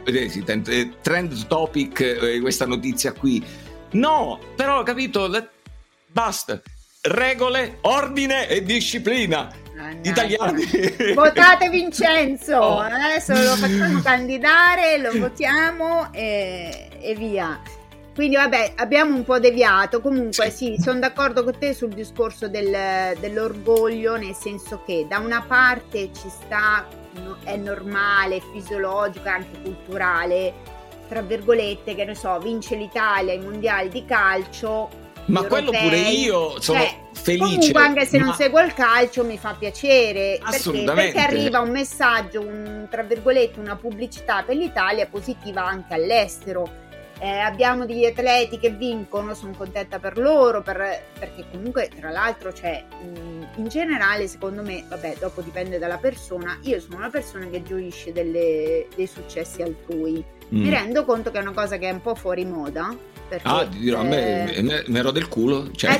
topic questa notizia qui? No, però ho capito, basta, regole, ordine e disciplina. Italiani. Votate Vincenzo, adesso lo facciamo candidare, lo votiamo e via. Quindi vabbè, abbiamo un po' deviato. Comunque sì, sono d'accordo con te sul discorso dell'orgoglio, nel senso che da una parte ci sta, è normale, fisiologico, anche culturale, tra virgolette, che ne so, vince l'Italia ai mondiali di calcio. Ma quello pure io sono felice. Comunque, anche se non seguo il calcio, mi fa piacere. Assolutamente. Perché arriva un messaggio, tra virgolette, una pubblicità per l'Italia positiva anche all'estero. Abbiamo degli atleti che vincono, sono contenta per loro, perché comunque, tra l'altro, in generale, secondo me, vabbè, dopo dipende dalla persona, io sono una persona che gioisce dei successi altrui. Mi rendo conto che è una cosa che è un po' fuori moda. Perché, ti dirò, a me rode il culo, cioè.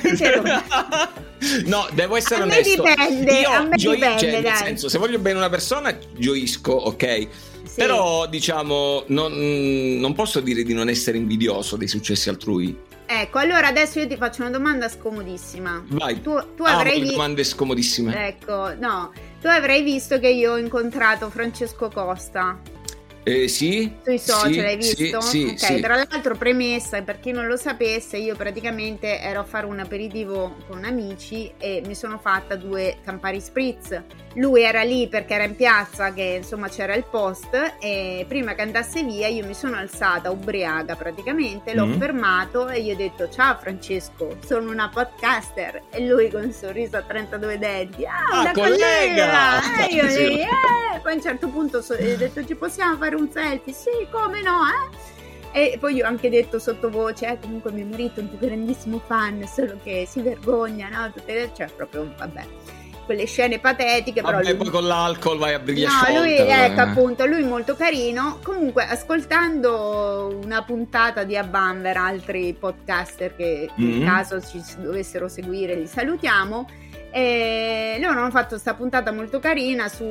No, devo essere a onesto. Me dipende, io a me dipende, cioè, dai. nel senso, se voglio bene una persona gioisco, ok. Sì. Però diciamo non posso dire di non essere invidioso dei successi altrui. Ecco, allora adesso io ti faccio una domanda scomodissima. Vai. Tu avrai domande scomodissime. Ecco, no, tu avrai visto che io ho incontrato Francesco Costa. Sì. Sui social, hai visto? Sì, ok, sì. Tra l'altro, premessa, per chi non lo sapesse, io praticamente ero a fare un aperitivo con amici e mi sono fatta 2 Campari Spritz. Lui era lì perché era in piazza, che insomma c'era il post, e prima che andasse via io mi sono alzata ubriaca praticamente, l'ho fermato e gli ho detto: ciao Francesco, sono una podcaster. E lui con un sorriso a 32 denti: una collega! E io lì, poi a un certo punto ho detto: ci possiamo fare un selfie? Sì, come no, E poi io ho anche detto sottovoce: comunque mio marito è un più grandissimo fan, solo che si vergogna, no? Cioè proprio, vabbè, quelle scene patetiche. Vabbè, però poi con l'alcol vai a briglia no, sciolta. lui, ecco, appunto, lui molto carino. Comunque, ascoltando una puntata di Abamber, altri podcaster che in caso ci dovessero seguire li salutiamo, loro hanno fatto questa puntata molto carina su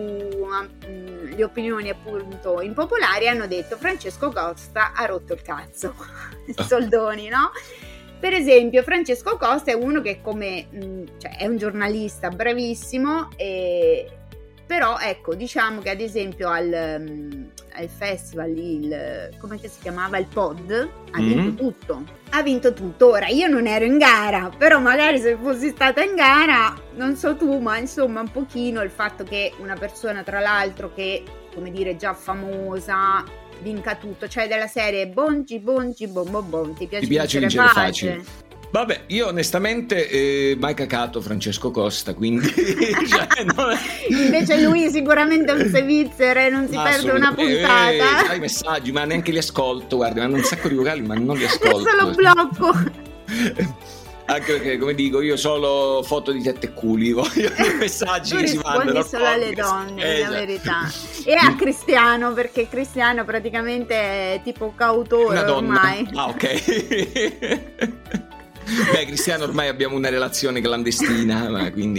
le opinioni appunto impopolari. Hanno detto: Francesco Costa ha rotto il cazzo. Soldoni, no? Per esempio, Francesco Costa è uno che cioè è un giornalista bravissimo, però ecco, diciamo che ad esempio al festival come si chiamava, il Pod, ha vinto tutto. Ora, io non ero in gara, però magari se fossi stata in gara, non so tu, ma insomma un pochino il fatto che una persona, tra l'altro, che, come dire, già famosa, vinca tutto, cioè della serie Bongi bom bom bom, ti piace vincere facile. Vabbè, io onestamente mai cacato Francesco Costa, quindi invece lui sicuramente è un svizzero, non si perde una puntata. Sai, messaggi, ma neanche li ascolto, guardi, mi hanno un sacco di vocali, ma non li ascolto. Adesso lo blocco. Anche perché, come dico, io solo foto di tette e culi, voglio i messaggi che si mandano. Rispondi solo alle donne, la verità. E a Cristiano, perché Cristiano praticamente è tipo cautore ormai. Ah, ok. Beh, Cristiano, ormai abbiamo una relazione clandestina, ma quindi.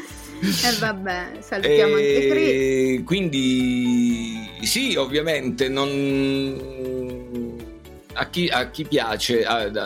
Vabbè, salutiamo anche Chris. Quindi sì, ovviamente a chi piace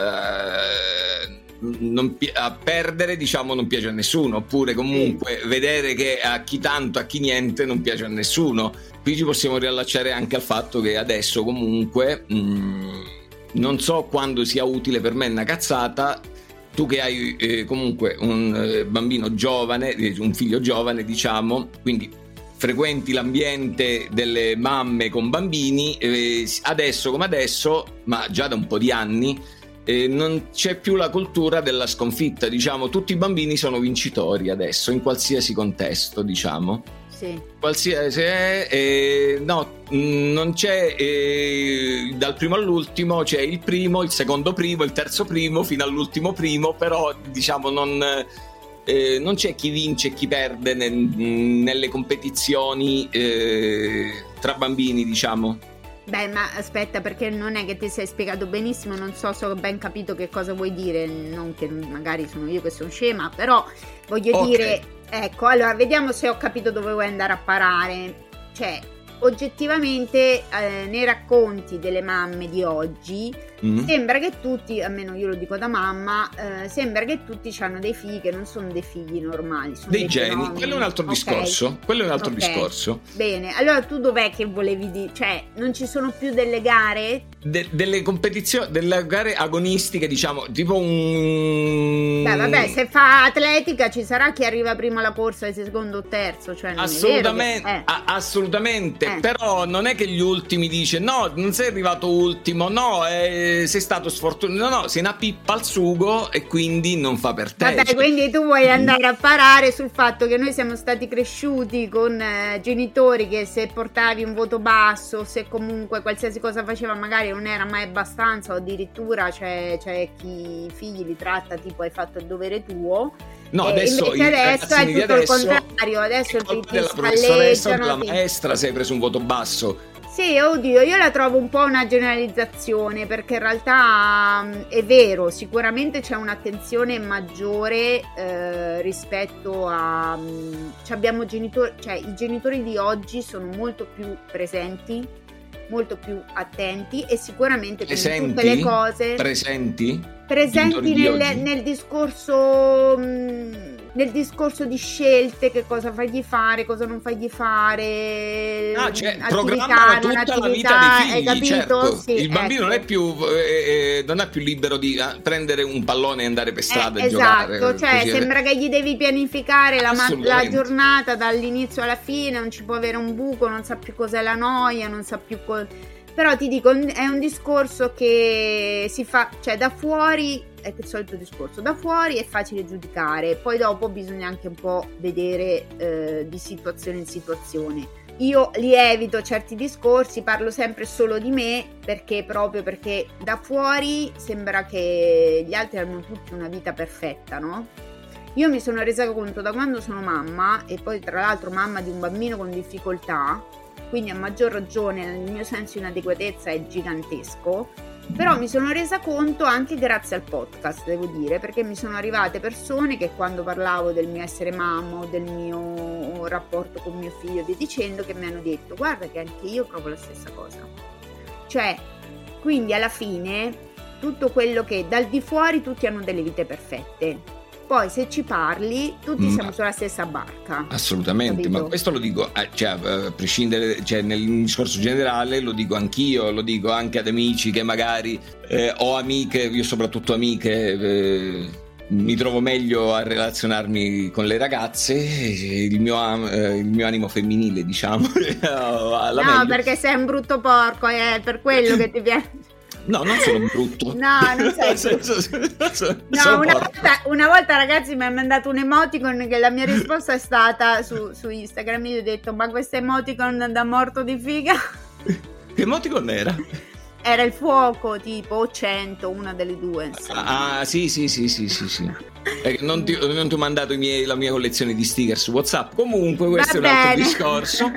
a perdere, diciamo, non piace a nessuno, oppure comunque vedere che a chi tanto, a chi niente, non piace a nessuno. Qui ci possiamo riallacciare anche al fatto che adesso comunque non so quando sia utile per me una cazzata, tu che hai comunque un bambino giovane, un figlio giovane, diciamo, quindi frequenti l'ambiente delle mamme con bambini, adesso come adesso, ma già da un po' di anni, non c'è più la cultura della sconfitta, diciamo, tutti i bambini sono vincitori adesso, in qualsiasi contesto, diciamo. Sì. Qualsiasi no, non c'è dal primo all'ultimo, c'è il primo, il secondo primo, il terzo primo, fino all'ultimo primo, però diciamo non c'è chi vince e chi perde nelle competizioni tra bambini, diciamo. Beh, ma aspetta, perché non è che ti sei spiegato benissimo, non so se ho ben capito che cosa vuoi dire, non che magari sono io che sono scema, però voglio dire, ecco, allora vediamo se ho capito dove vuoi andare a parare. Cioè, oggettivamente nei racconti delle mamme di oggi sembra che tutti, almeno io lo dico da mamma, sembra che tutti hanno dei figli che non sono dei figli normali, sono dei geni. Quello è un altro discorso. Quello è un altro discorso. Bene, allora tu dov'è che volevi dire? Cioè, non ci sono più delle gare? Delle competizioni, delle gare agonistiche, diciamo, tipo un... Beh, vabbè, se fa atletica ci sarà chi arriva prima alla corsa, secondo o terzo, cioè non assolutamente, è vero che... assolutamente. Però non è che gli ultimi dice no, non sei arrivato ultimo, no, sei stato sfortunato, no, sei una pippa al sugo e quindi non fa per te. Vabbè, quindi tu vuoi andare a parare sul fatto che noi siamo stati cresciuti con genitori che se portavi un voto basso, se comunque qualsiasi cosa faceva magari non era mai abbastanza, o addirittura c'è chi i figli li tratta tipo hai fatto il dovere tuo. No, adesso è tutto il contrario, adesso della professoressa o della maestra se hai preso un voto basso. Sì, oddio, io la trovo un po' una generalizzazione, perché in realtà è vero, sicuramente c'è un'attenzione maggiore rispetto a... abbiamo genitori, cioè i genitori di oggi sono molto più presenti, molto più attenti e sicuramente tutte le cose... Presenti nel discorso di scelte, che cosa fagli fare, cosa non fagli fare, programmano tutta la vita dei figli, capito? Certo. Sì, il bambino non è più libero di prendere un pallone e andare per strada e giocare. Esatto, cioè sembra che gli devi pianificare la giornata dall'inizio alla fine, non ci può avere un buco, non sa più cos'è la noia, non sa più però ti dico, è un discorso che si fa, cioè da fuori, è il solito discorso, da fuori è facile giudicare, poi dopo bisogna anche un po' vedere di situazione in situazione. Io li evito certi discorsi, parlo sempre solo di me, perché da fuori sembra che gli altri hanno tutti una vita perfetta, no? Io mi sono resa conto da quando sono mamma, e poi tra l'altro mamma di un bambino con difficoltà, quindi a maggior ragione il mio senso di inadeguatezza è gigantesco, però mi sono resa conto anche grazie al podcast, devo dire, perché mi sono arrivate persone che quando parlavo del mio essere mamma o del mio rapporto con mio figlio e via dicendo, che mi hanno detto guarda che anche io provo la stessa cosa. Cioè, quindi alla fine tutto quello che dal di fuori tutti hanno delle vite perfette, poi se ci parli tutti siamo sulla stessa barca. Assolutamente, capito? Ma questo lo dico a prescindere, cioè nel discorso generale lo dico anch'io, lo dico anche ad amici che magari ho amiche, io soprattutto amiche, mi trovo meglio a relazionarmi con le ragazze, il mio animo femminile, diciamo. No, perché sei un brutto porco, è per quello che ti piace. No, non sono brutto. No, non sei una volta ragazzi mi ha mandato un emoticon che la mia risposta è stata su Instagram, io ho detto ma questo emoticon da morto di figa. Che emoticon era? Era il fuoco tipo o 100, una delle due, insomma. Ah sì. Non ti ho mandato la mia collezione di sticker su WhatsApp. Comunque questo è un altro discorso.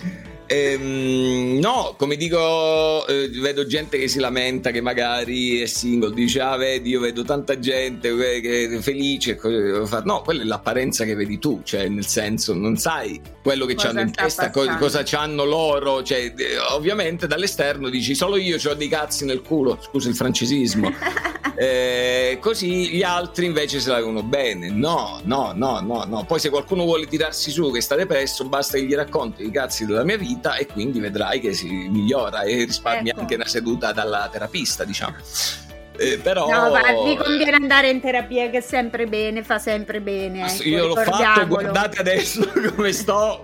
No, come dico, vedo gente che si lamenta che magari è single, dice vedi, io vedo tanta gente che è felice, no, quella è l'apparenza che vedi tu, cioè nel senso non sai quello che c'hanno in testa, cosa c'hanno loro, cioè ovviamente dall'esterno dici solo io c'ho dei cazzi nel culo, scusa il francesismo. Così gli altri invece se la vivono bene. No. Poi se qualcuno vuole tirarsi su che sta depresso, basta che gli racconti i cazzi della mia vita e quindi vedrai che si migliora e risparmi anche una seduta dalla terapista, diciamo. Però no, ma vi conviene andare in terapia, che è sempre bene, fa sempre bene, ecco, io l'ho fatto, guardate adesso come sto.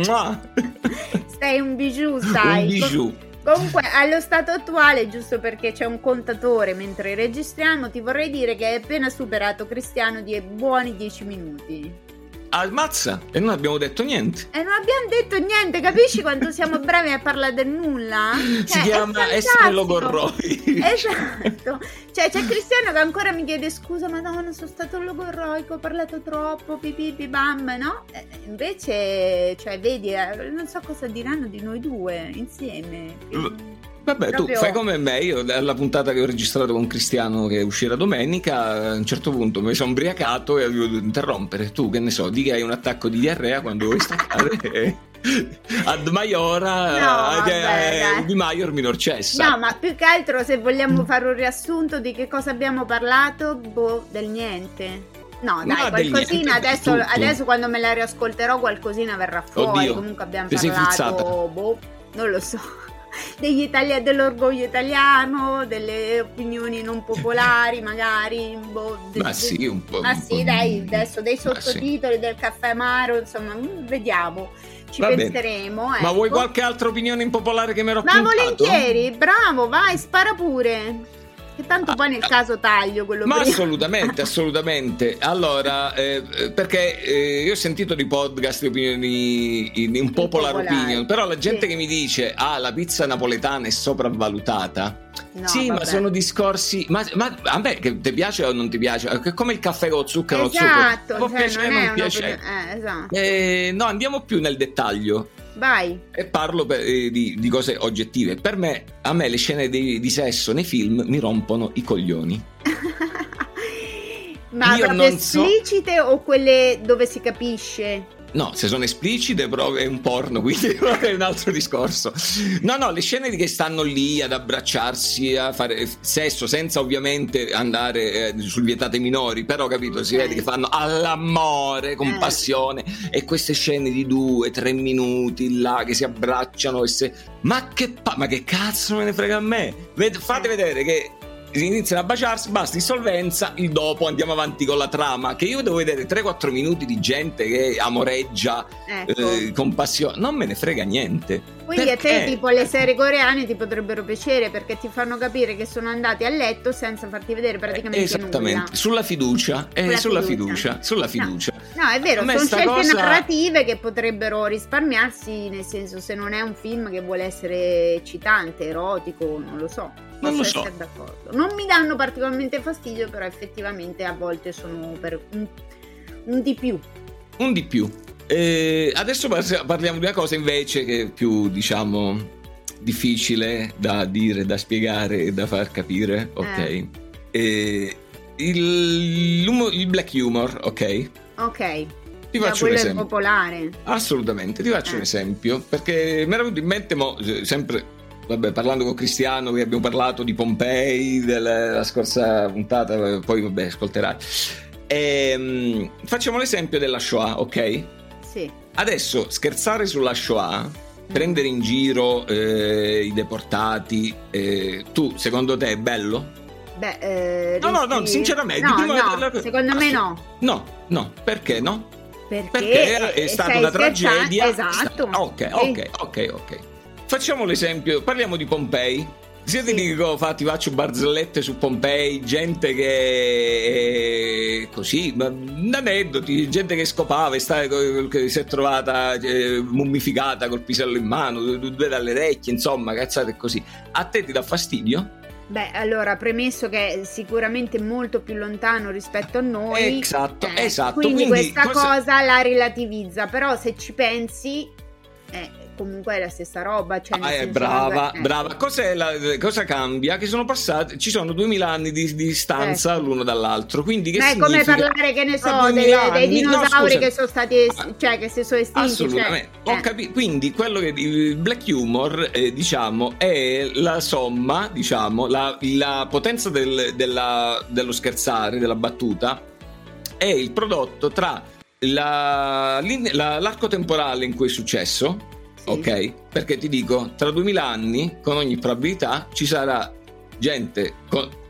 Sei un bijou, stai. Un bijou. Comunque, allo stato attuale, giusto perché c'è un contatore mentre registriamo, ti vorrei dire che hai appena superato Cristiano di buoni 10 minuti. Ammazza, e non abbiamo detto niente. E non abbiamo detto niente, capisci quanto siamo bravi a parlare del nulla? Si chiama essere logorroi. Esatto. Cioè c'è Cristiano che ancora mi chiede scusa, madonna, sono stato logorroico, ho parlato troppo, pipì bam, no? Invece, cioè vedi, non so cosa diranno di noi due insieme. Vabbè, proprio... tu fai come me. Io alla puntata che ho registrato con Cristiano, che uscirà domenica, a un certo punto mi sono ubriacato e ho dovuto interrompere. Tu, che ne so, di che hai un attacco di diarrea quando vuoi staccare ad Maiora, Di Maior minor cessa. No, ma più che altro, se vogliamo fare un riassunto di che cosa abbiamo parlato, del niente. No, dai, qualcosina adesso quando me la riascolterò qualcosina verrà fuori. Oddio, comunque abbiamo parlato, non lo so, dell'orgoglio italiano, delle opinioni non popolari magari, sì, un po'. Ma sì, dai, adesso dei sottotitoli, del caffè amaro, insomma, vediamo, ci penseremo. Ecco. Ma vuoi qualche altra opinione impopolare che mi ero appuntato? Ma volentieri, bravo, vai, spara pure. Che tanto poi nel caso taglio quello ma prima. assolutamente. Allora, perché io ho sentito di podcast di opinioni in popular opinion, però la gente che mi dice la pizza napoletana è sopravvalutata. No, sì, vabbè. Ma sono discorsi. Ma a me che ti piace o non ti piace? È come il caffè con zucchero. Esatto, può piacere o non piacere. Esatto. No, andiamo più nel dettaglio. Vai. E parlo di cose oggettive. A me le scene di sesso nei film mi rompono i coglioni. Ma io proprio esplicite o quelle dove si capisce? No, se sono esplicite però è un porno, quindi è un altro discorso. No, le scene che stanno lì ad abbracciarsi, a fare sesso, senza ovviamente andare sul vietate minori, però capito, si vede che fanno all'amore con passione, e queste scene di 2-3 minuti là che si abbracciano ma che cazzo me ne frega a me? Fate vedere che si iniziano a baciarsi, basta, dissolvenza, il dopo andiamo avanti con la trama, che io devo vedere 3-4 minuti di gente che amoreggia, con passione, non me ne frega niente. Quindi perché? A te tipo le serie coreane ti potrebbero piacere perché ti fanno capire che sono andati a letto senza farti vedere praticamente esattamente nulla. Sulla fiducia. No, è vero, sono scelte narrative che potrebbero risparmiarsi, nel senso, se non è un film che vuole essere eccitante, erotico, non lo so. Non lo so. D'accordo. Non mi danno particolarmente fastidio, però effettivamente a volte sono per un di più. Un di più. Adesso parliamo di una cosa invece che è più, diciamo, difficile da dire, da spiegare e da far capire, ok? Il black humor, ok? Ok. Ti faccio un esempio. È popolare. Assolutamente, ti faccio un esempio, perché mi era venuto in mente sempre, parlando con Cristiano, che abbiamo parlato di Pompei della scorsa puntata, poi ascolterai. Facciamo l'esempio della Shoah, ok? Sì. Adesso scherzare sulla Shoah, prendere in giro i deportati, tu secondo te è bello? No, sinceramente. Secondo me no. No, perché no? Perché è stata una tragedia. Esatto. Ok. Facciamo l'esempio, parliamo di Pompei. Se ti dico, ti faccio barzellette su Pompei, gente che così, aneddoti, gente che scopava e che si è trovata mummificata col pisello in mano, due dalle orecchie, insomma, cazzate così. A te ti dà fastidio? Beh, allora, premesso che è sicuramente molto più lontano rispetto a noi. Esatto. Quindi questa cosa la relativizza, però se ci pensi comunque è la stessa roba, cioè brava. Cosa cambia? Che sono passati, ci sono 2000 anni di distanza l'uno dall'altro, quindi che significa? È come parlare, che ne so, dei dinosauri che sono stati che si sono estinti. Assolutamente. Ho capito. Quindi quello che il black humor diciamo è la somma, diciamo la potenza dello scherzare, della battuta, è il prodotto tra l'arco temporale in cui è successo. Ok, perché ti dico, tra 2000 anni con ogni probabilità ci sarà gente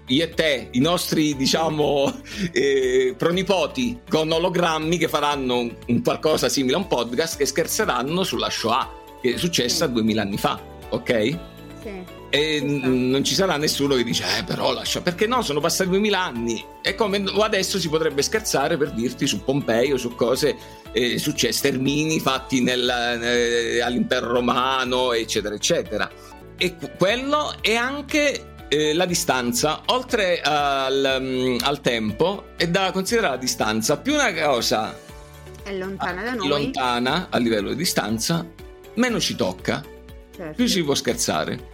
io e te, i nostri diciamo pronipoti con ologrammi che faranno un qualcosa simile a un podcast, che scherzeranno sulla Shoah che è successa 2000 anni fa, ok? Sì. E non ci sarà nessuno che dice però lascia, perché no, sono passati 2000 anni. È come adesso si potrebbe scherzare, per dirti, su Pompei o su cose successe, stermini fatti all'impero romano, eccetera eccetera. E quello è anche la distanza, oltre al tempo, è da considerare la distanza. Più una cosa è lontana da noi, lontana a livello di distanza, meno ci tocca, certo. Più si può scherzare.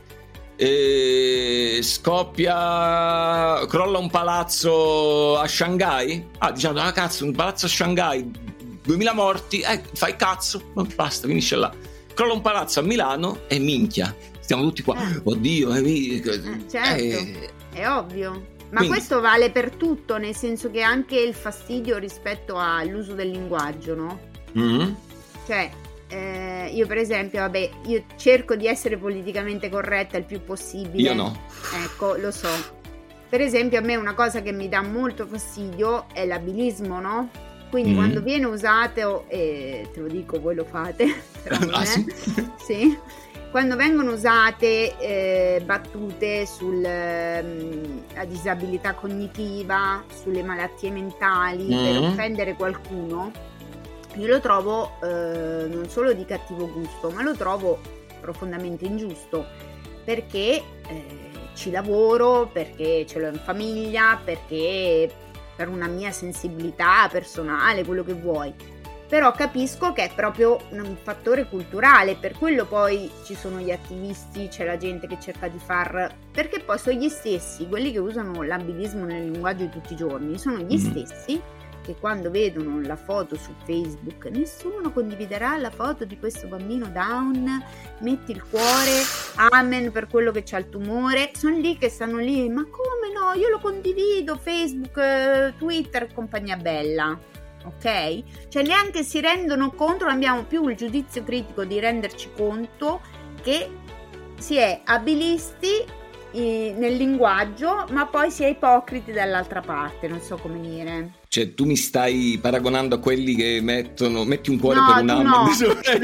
Crolla un palazzo a Shanghai, diciamo, cazzo, un palazzo a Shanghai, 2000 morti, fai cazzo, ma basta, finisce là. Crolla un palazzo a Milano e minchia, stiamo tutti qua, oddio, certo, è ovvio. Ma quindi, questo vale per tutto, nel senso che anche il fastidio rispetto all'uso del linguaggio, no? Mm-hmm. Cioè io per esempio, io cerco di essere politicamente corretta il più possibile. Io no. Ecco, lo so. Per esempio a me una cosa che mi dà molto fastidio è l'abilismo, no? Quindi quando viene usato, te lo dico, voi lo fate, però sì? Sì. Quando vengono usate battute sulla disabilità cognitiva, sulle malattie mentali, per offendere qualcuno, io lo trovo non solo di cattivo gusto, ma lo trovo profondamente ingiusto, perché ci lavoro, perché ce l'ho in famiglia, perché per una mia sensibilità personale, quello che vuoi. Però capisco che è proprio un fattore culturale, per quello poi ci sono gli attivisti, c'è la gente che cerca di perché poi sono gli stessi, quelli che usano l'abilismo nel linguaggio di tutti i giorni, sono gli stessi che quando vedono la foto su Facebook, nessuno condividerà la foto di questo bambino down, metti il cuore, amen per quello che c'ha il tumore, sono lì che stanno lì, ma come no, io lo condivido, Facebook, Twitter, compagnia bella, ok? Cioè neanche si rendono conto, non abbiamo più il giudizio critico di renderci conto che si è abilisti nel linguaggio, ma poi si è ipocriti dall'altra parte, non so come dire. Cioè tu mi stai paragonando a quelli che metti un cuore per un amen? No,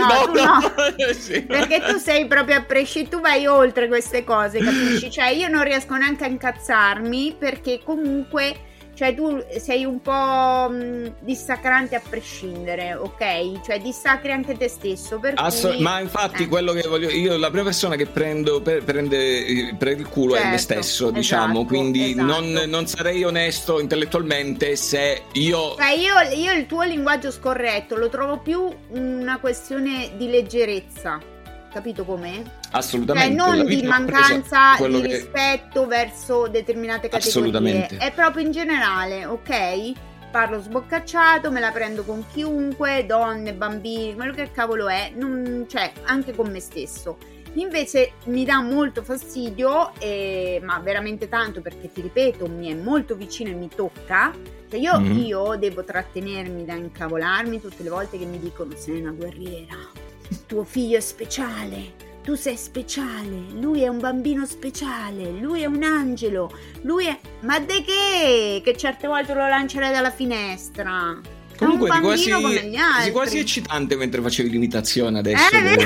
sì. Perché tu sei proprio a prescindere, tu vai oltre queste cose, capisci? Cioè io non riesco neanche a incazzarmi, perché comunque, cioè tu sei un po' dissacrante a prescindere, ok? Cioè dissacri anche te stesso, per cui... Ma infatti quello che voglio io, la prima persona che prende per il culo è me stesso, diciamo, quindi non sarei onesto intellettualmente se io... Io il tuo linguaggio scorretto lo trovo più una questione di leggerezza, capito com'è? Assolutamente. Cioè non di mancanza di rispetto verso determinate categorie. Assolutamente. È proprio in generale, ok? Parlo sboccacciato, me la prendo con chiunque, donne, bambini, quello che cavolo è, cioè anche con me stesso. Invece mi dà molto fastidio, ma veramente tanto, perché ti ripeto, mi è molto vicino e mi tocca. Cioè io devo trattenermi da incavolarmi tutte le volte che mi dicono sei una guerriera, tuo figlio è speciale, tu sei speciale, lui è un bambino speciale, lui è un angelo, lui è... Ma de che certe volte lo lancerei dalla finestra. Comunque è un bambino come gli altri. Sei quasi eccitante mentre facevi l'imitazione adesso.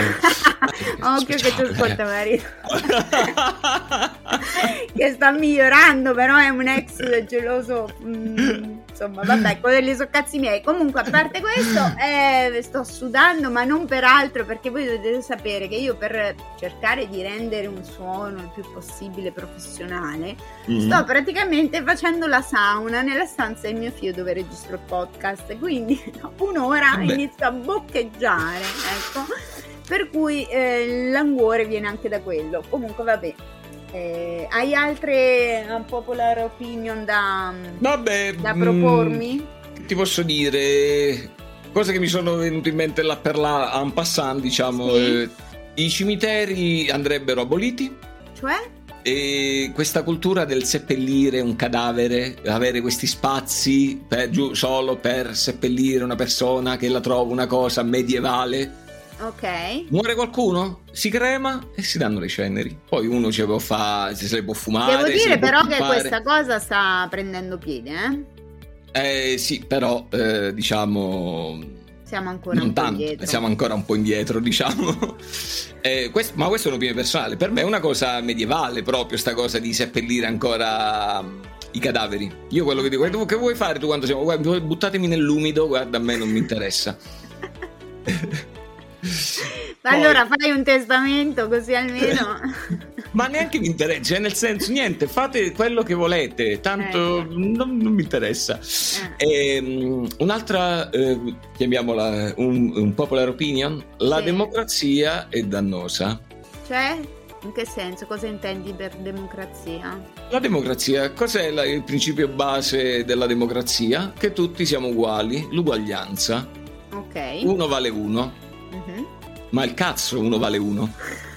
Occhio che tu ascolta marito. Che sta migliorando, però è un ex geloso. Insomma, vabbè, quelli sono cazzi miei. Comunque, a parte questo, sto sudando, ma non per altro, perché voi dovete sapere che io, per cercare di rendere un suono il più possibile professionale, sto praticamente facendo la sauna nella stanza del mio figlio dove registro il podcast, quindi dopo un'ora inizio a boccheggiare, ecco, per cui l'anguore viene anche da quello. Comunque vabbè, hai altre unpopular opinion da propormi? Ti posso dire cose che mi sono venute in mente là per là en passant, diciamo. Sì. I cimiteri andrebbero aboliti. Cioè? E questa cultura del seppellire un cadavere, avere questi spazi solo per seppellire una persona che la trovo una cosa medievale, Ok. Muore qualcuno, si crema e si danno le ceneri. Poi uno se le può fumare. Devo dire però che questa cosa sta prendendo piede, sì, però diciamo siamo ancora non un po' tanto, indietro. siamo ancora un po' indietro, diciamo. Ma questo è un'opinione personale. Per me è una cosa medievale proprio, sta cosa di seppellire ancora i cadaveri. Io quello che dico, che vuoi fare tu quando siamo? Guarda, buttatemi nell'umido, guarda, a me non mi interessa. Allora fai un testamento così almeno. Ma neanche mi interessa, cioè nel senso, niente, fate quello che volete, tanto non mi interessa. Un'altra, chiamiamola un popular opinion, la democrazia è dannosa. Cioè? In che senso? Cosa intendi per democrazia? La democrazia, cos'è il principio base della democrazia? Che tutti siamo uguali, l'uguaglianza. Ok. Uno vale uno. Ma il cazzo uno vale uno.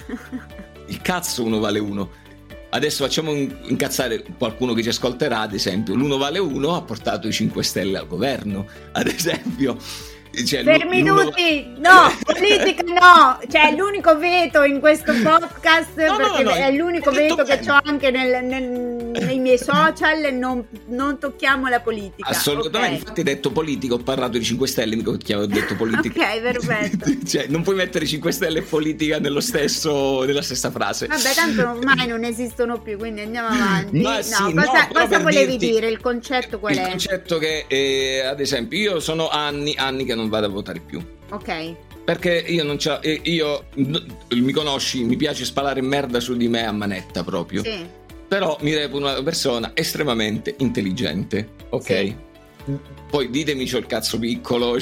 Il cazzo uno vale uno. Adesso facciamo incazzare qualcuno che ci ascolterà, ad esempio. L'uno vale uno ha portato i 5 Stelle al governo, ad esempio. Cioè, fermi tutti, no, politica no, cioè l'unico veto in questo podcast, perché è l'unico veto che ho anche nei miei social, non tocchiamo la politica. Assolutamente, infatti hai detto politica, ho parlato di 5 Stelle, mica ho detto politica. Ok, perfetto. Cioè non puoi mettere 5 Stelle e politica nella stessa frase. Vabbè, tanto ormai non esistono più, quindi andiamo avanti. Cosa volevi dire? Il concetto qual è? Il concetto che, ad esempio, io sono anni che non vado a votare più. Ok. Perché io mi conosci, mi piace spalare merda su di me a manetta proprio. Sì. Però mi reputo una persona estremamente intelligente, ok? Sì. Poi ditemi, c'ho il cazzo piccolo,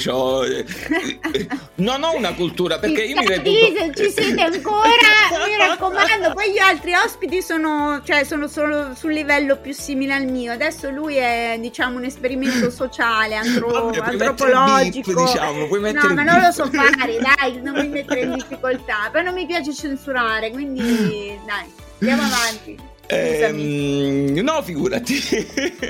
non ho una cultura, perché io mi reputo... Se ci siete ancora, mi raccomando, poi gli altri ospiti sono solo sul livello più simile al mio. Adesso lui è, diciamo, un esperimento sociale, antropologico. Beep, diciamo, puoi mettere no, ma non lo so fare, dai, non mi mettere in difficoltà. Poi non mi piace censurare, quindi dai, andiamo avanti. No, figurati.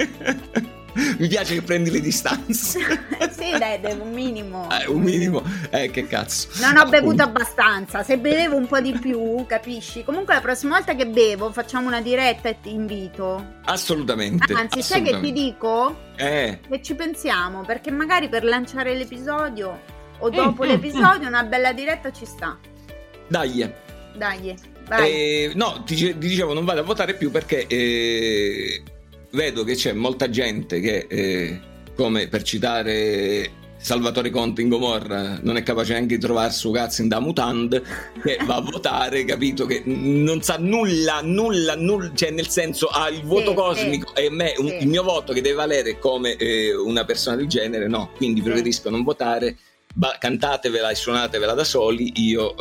Mi piace che prendi le distanze. Sì, dai, un minimo. Un minimo. Che cazzo. Non ho bevuto abbastanza. Se bevevo un po' di più, capisci? Comunque la prossima volta che bevo facciamo una diretta e ti invito. Assolutamente. Anzi, sai che ti dico? Che ci pensiamo, perché magari per lanciare l'episodio o dopo l'episodio una bella diretta ci sta. Dai. Vai. No, ti dicevo, non vado a votare più perché vedo che c'è molta gente che, come per citare Salvatore Conte in Gomorra, non è capace neanche di trovare suo cazzo in da mutande, che va a votare, capito? Che non sa nulla, cioè nel senso ha il voto cosmico e il mio voto che deve valere come una persona del genere, no, quindi preferisco non votare, cantatevela e suonatevela da soli, io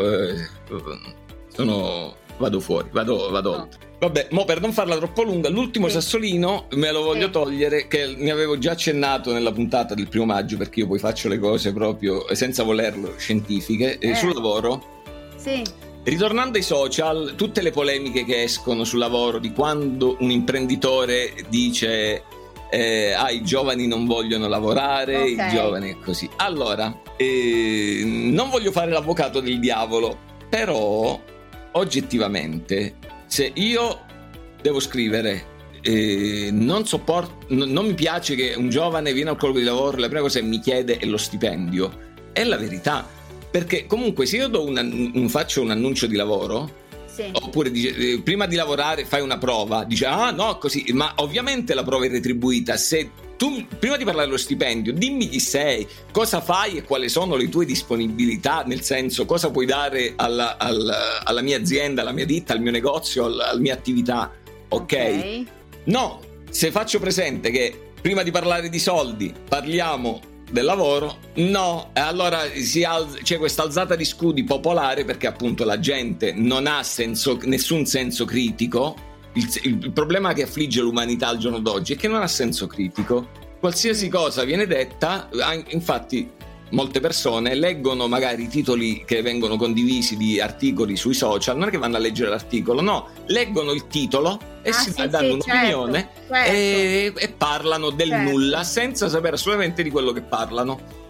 vado fuori, vado oltre. Vabbè, mo per non farla troppo lunga, l'ultimo sassolino me lo voglio togliere, che ne avevo già accennato nella puntata del 1 maggio, perché io poi faccio le cose proprio senza volerlo, scientifiche, sul lavoro. Sì. Ritornando ai social, tutte le polemiche che escono sul lavoro di quando un imprenditore dice i giovani non vogliono lavorare, i giovani è così. Allora, non voglio fare l'avvocato del diavolo, però oggettivamente, se io devo scrivere non mi piace che un giovane viene al colloquio di lavoro, la prima cosa che mi chiede è lo stipendio, è la verità, perché comunque se io faccio un annuncio di lavoro, oppure dice, prima di lavorare fai una prova, dice così, ma ovviamente la prova è retribuita. Se tu prima di parlare dello stipendio dimmi chi sei, cosa fai e quali sono le tue disponibilità, nel senso cosa puoi dare alla mia azienda, alla mia ditta, al mio negozio, alla mia attività, ok? No, se faccio presente che prima di parlare di soldi parliamo del lavoro, no, allora c'è questa alzata di scudi popolare, perché appunto la gente non ha nessun senso critico. Il problema che affligge l'umanità al giorno d'oggi è che non ha senso critico. Qualsiasi cosa viene detta, infatti molte persone leggono magari i titoli che vengono condivisi di articoli sui social, non è che vanno a leggere l'articolo, no, leggono il titolo e danno un'opinione, e parlano del nulla senza sapere assolutamente di quello che parlano.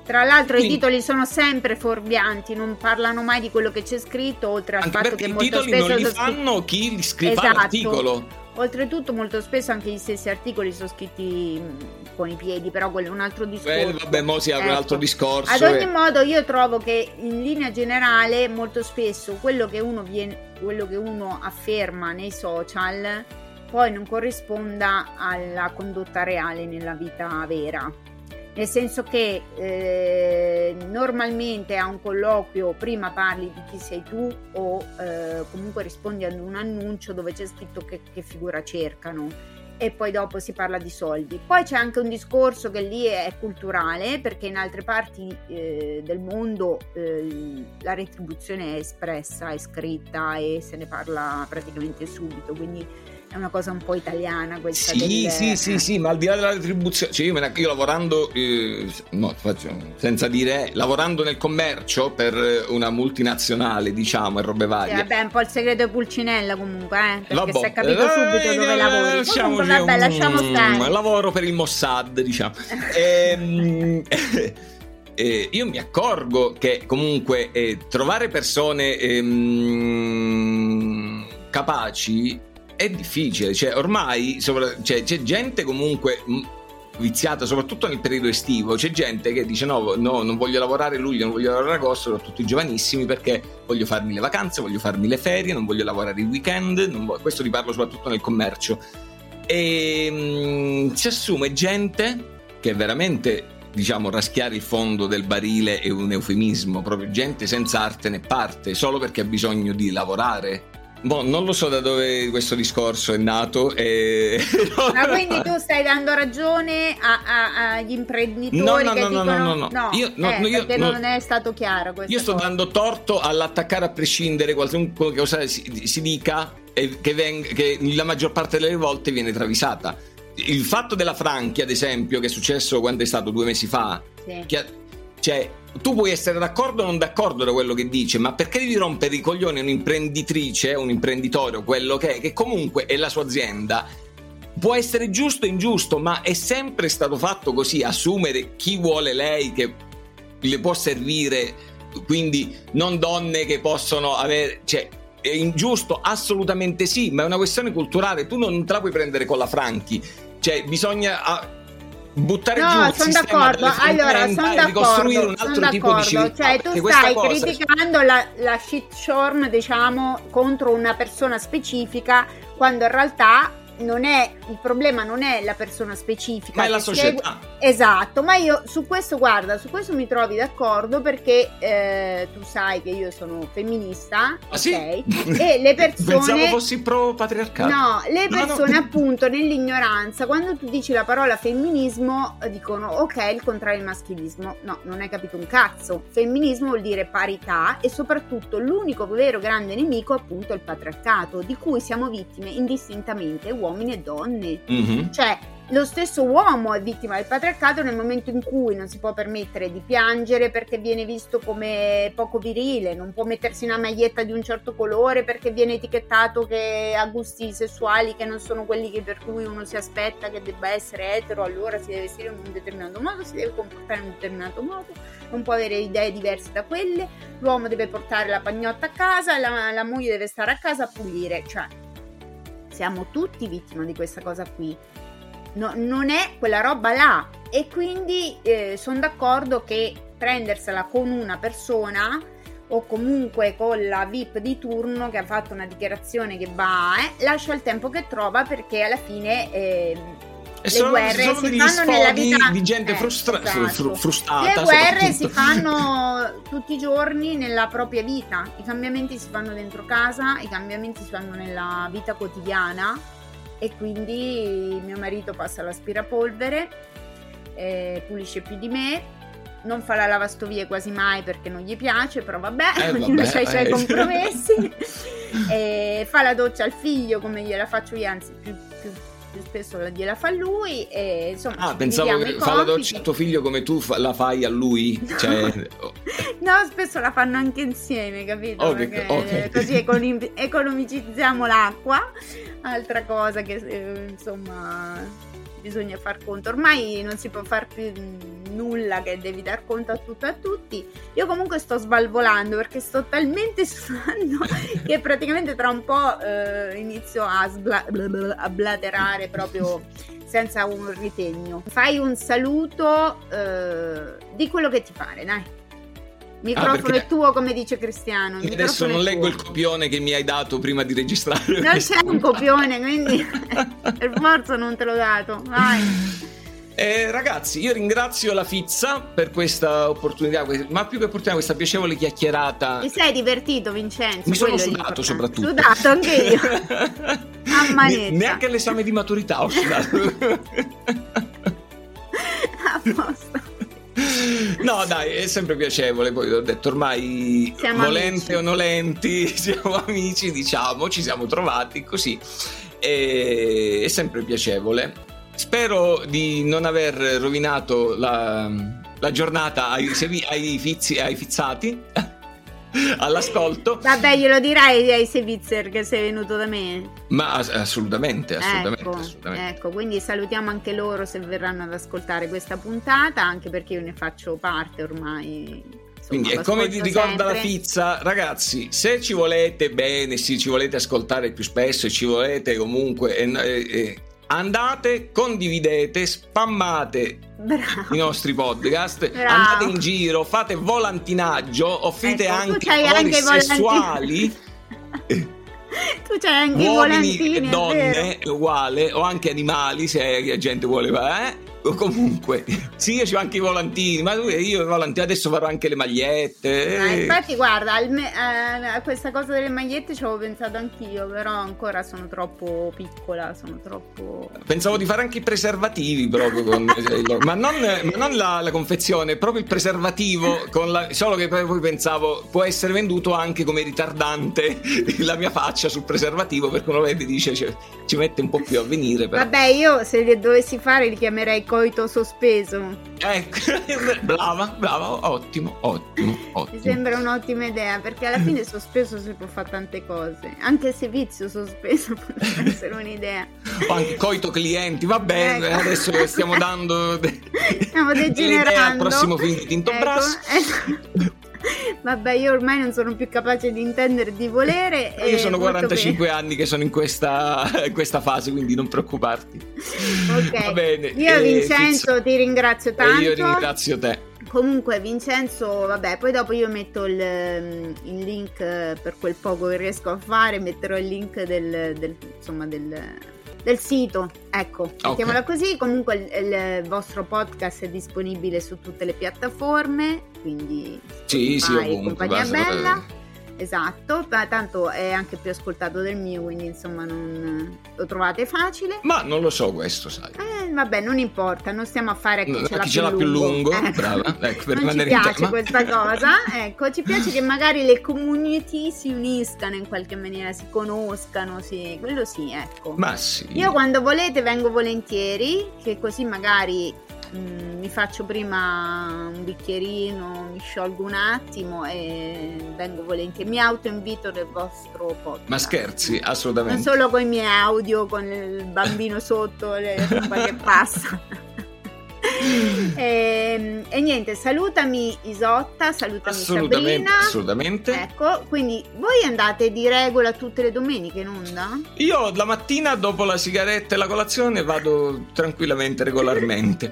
Tra l'altro i titoli sono sempre fuorvianti, non parlano mai di quello che c'è scritto, oltre al fatto che molto spesso non li fanno chi scrive l'articolo. Oltretutto molto spesso anche gli stessi articoli sono scritti con i piedi, però quello è un altro discorso. Vabbè, mo si apre un altro discorso. Ad ogni modo io trovo che in linea generale molto spesso quello che uno afferma nei social poi non corrisponda alla condotta reale nella vita vera. Nel senso che normalmente a un colloquio prima parli di chi sei tu o comunque rispondi ad un annuncio dove c'è scritto che figura cercano, e poi dopo si parla di soldi. Poi c'è anche un discorso che lì è culturale, perché in altre parti del mondo la retribuzione è espressa, è scritta e se ne parla praticamente subito, quindi è una cosa un po' italiana questa. Sì, ma al di là della retribuzione, cioè io lavorando lavorando nel commercio per una multinazionale, diciamo, e robe varie. Sì, vabbè, un po' il segreto di Pulcinella comunque, perché si è capito subito dove lavori. Comunque, vabbè, lasciamo stare. Lavoro per il Mossad, diciamo. Io mi accorgo che comunque trovare persone capaci è difficile, cioè ormai c'è gente comunque viziata, soprattutto nel periodo estivo. C'è gente che dice no, non voglio lavorare luglio, non voglio lavorare agosto, soprattutto i giovanissimi, perché voglio farmi le vacanze, voglio farmi le ferie, non voglio lavorare i weekend, questo ti parlo soprattutto nel commercio. E si assume gente che veramente, diciamo, raschiare il fondo del barile è un eufemismo, proprio gente senza arte né parte, solo perché ha bisogno di lavorare. Non lo so da dove questo discorso è nato. Ma quindi tu stai dando ragione agli imprenditori che dicono perché non è stato chiaro questo. Io sto dando torto all'attaccare a prescindere qualunque cosa si dica e che la maggior parte delle volte viene travisata. Il fatto della Franchi, ad esempio, che è successo quando è stato 2 mesi fa, cioè tu puoi essere d'accordo o non d'accordo da quello che dice, ma perché devi rompere i coglioni a un'imprenditrice, un imprenditore o quello che comunque è la sua azienda? Può essere giusto o ingiusto, ma è sempre stato fatto così, assumere chi vuole lei che le può servire, quindi non donne che possono avere, cioè è ingiusto? Assolutamente sì, ma è una questione culturale, tu non te la puoi prendere con la Franchi, cioè bisogna buttare giù il sistema delle frontiere e ricostruire un altro tipo di civiltà. Cioè tu stai criticando la shitstorm, diciamo, contro una persona specifica, quando in realtà il problema non è la persona specifica, ma è la società. Esatto, ma io su questo mi trovi d'accordo, perché tu sai che io sono femminista, sì? E le persone pensavo fossi pro patriarcato. No, le persone appunto nell'ignoranza, quando tu dici la parola femminismo, dicono ok, il contrario del maschilismo. No, non hai capito un cazzo. Femminismo vuol dire parità, e soprattutto l'unico vero grande nemico appunto è il patriarcato, di cui siamo vittime indistintamente, uomini e donne. Mm-hmm. Cioè lo stesso uomo è vittima del patriarcato nel momento in cui non si può permettere di piangere perché viene visto come poco virile, non può mettersi una maglietta di un certo colore perché viene etichettato che ha gusti sessuali che non sono quelli per cui uno si aspetta che debba essere etero, allora si deve vestire in un determinato modo, si deve comportare in un determinato modo, non può avere idee diverse da quelle, l'uomo deve portare la pagnotta a casa, la moglie deve stare a casa a pulire. Cioè siamo tutti vittime di questa cosa qui. No, non è quella roba là, e quindi sono d'accordo che prendersela con una persona o comunque con la VIP di turno che ha fatto una dichiarazione che lascia il tempo che trova, perché alla fine le guerre si fanno nella vita di gente frustrata. Le guerre si fanno tutti i giorni nella propria vita, i cambiamenti si fanno dentro casa, i cambiamenti si fanno nella vita quotidiana. E quindi mio marito passa l'aspirapolvere, pulisce più di me, non fa la lavastoviglie quasi mai perché non gli piace, però vabbè, ognuno ha i suoi compromessi. Fa la doccia al figlio come gliela faccio io, anzi più spesso gliela fa lui, e insomma pensavo che fa la doccia a tuo figlio come tu la fai a lui, cioè... No, spesso la fanno anche insieme, capito? Okay. Così economizziamo l'acqua. altra cosa che insomma bisogna far conto. Ormai non si può far più nulla, che devi dar conto a tutto e a tutti. Io comunque sto sbalvolando perché sto talmente sudando che praticamente tra un po' inizio a blaterare proprio senza un ritegno. Fai un saluto di quello che ti pare, dai. Il microfono è tuo, come dice Cristiano. Adesso non leggo il copione che mi hai dato prima di registrare. Non c'è un copione, quindi per forza non te l'ho dato. Vai. Ragazzi, io ringrazio la Fizza per questa opportunità, ma più che opportunità, questa piacevole chiacchierata. Ti sei divertito, Vincenzo? Mi sono sudato soprattutto. Sudato anche io. A manetta. Neanche all'esame di maturità ho sudato. A posto. No dai, è sempre piacevole, poi ho detto ormai siamo volente o nolenti siamo amici, diciamo, ci siamo trovati così, è sempre piacevole. Spero di non aver rovinato la giornata ai fizzati all'ascolto. Vabbè, glielo dirai ai Sevizzer che sei venuto da me. Ma assolutamente. Ecco, quindi salutiamo anche loro se verranno ad ascoltare questa puntata, anche perché io ne faccio parte ormai. Quindi è come ti ricorda la Fizza, ragazzi, se ci volete bene, se ci volete ascoltare più spesso e ci volete comunque andate, condividete, spammate i nostri podcast, andate in giro, fate volantinaggio, offrite anche valori sessuali. Tu c'hai anche uomini i volantini, e donne uguale, o anche animali se la gente vuole, o comunque sì, io c'ho anche i volantini, ma io volantini adesso farò anche le magliette. Infatti guarda, a questa cosa delle magliette ci avevo pensato anch'io, però ancora sono troppo piccola, pensavo di fare anche i preservativi proprio con ma non la confezione, proprio il preservativo solo che poi pensavo può essere venduto anche come ritardante la mia faccia sul preservativo, perché uno vede, dice ci mette un po' più a venire, però. Vabbè, io se li dovessi fare li chiamerei coito sospeso. Ecco, brava, ottimo. Mi sembra un'ottima idea, perché alla fine sospeso si può fare tante cose, anche servizio sospeso potrebbe essere un'idea. O anche coito clienti, va bene, ecco. Adesso stiamo dando stiamo degenerando al prossimo film di Tinto Brass. Vabbè, io ormai non sono più capace di intendere, di volere. Io sono 45 anni che sono in questa fase, quindi non preoccuparti. Ok, va bene. Io Vincenzo ti ringrazio tanto. Io ringrazio te. Comunque Vincenzo, vabbè, poi dopo io metto il link per quel poco che riesco a fare, metterò il link del sito, ecco, mettiamola così. Comunque il vostro podcast è disponibile su tutte le piattaforme, quindi sì, ovunque, compagnia bella. Esatto, tanto è anche più ascoltato del mio, quindi insomma non lo trovate facile. Ma non lo so questo, sai. Vabbè, non importa, non stiamo a fare chi ce l'ha più lungo. Brava, ecco, per non ci piace questa cosa, ecco, ci piace che magari le community si uniscano in qualche maniera, si conoscano, quello sì, ecco. Ma sì. Io quando volete vengo volentieri, che così magari mi faccio prima un bicchierino, mi sciolgo un attimo e vengo volentieri, mi autoinvito nel vostro podcast. Ma scherzi, assolutamente. Non solo con i miei audio, con il bambino sotto, le roba che passa. E niente, salutami Isotta, salutami Sabrina. Assolutamente. Ecco, quindi voi andate di regola tutte le domeniche in onda? Io la mattina dopo la sigaretta e la colazione vado tranquillamente, regolarmente.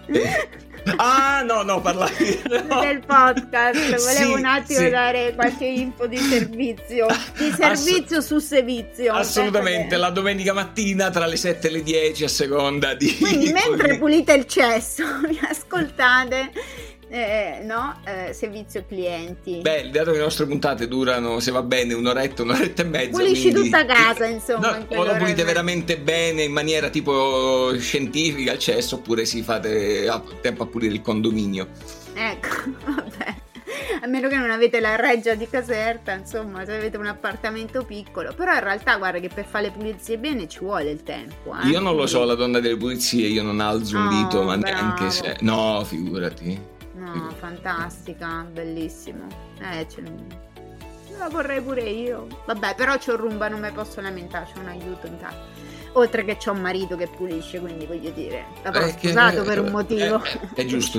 No, parlavi del podcast. Volevo un attimo dare qualche info di servizio su servizio. Assolutamente, la domenica mattina tra le 7 e le 10 a seconda di. Quindi mentre pulite il cesso mi ascoltate. Servizio clienti. Beh, dato che le nostre puntate durano, se va bene, un'oretta e mezza, pulisci tutta casa, insomma. O lo pulite veramente bene in maniera tipo scientifica il cesso, oppure si fate a tempo a pulire il condominio. Ecco, vabbè. A meno che non avete la reggia di Caserta, insomma, se avete un appartamento piccolo. Però in realtà guarda che per fare le pulizie bene ci vuole il tempo. Io non lo so, la donna delle pulizie, io non alzo un dito, ma neanche se. No, figurati. No, fantastica, bellissimo. La vorrei pure io. Vabbè, però c'ho Roomba, non mi posso lamentare, c'ho un aiuto in casa. Oltre che c'ho un marito che pulisce, quindi voglio dire, l'avrò sposato per un motivo. È giusto.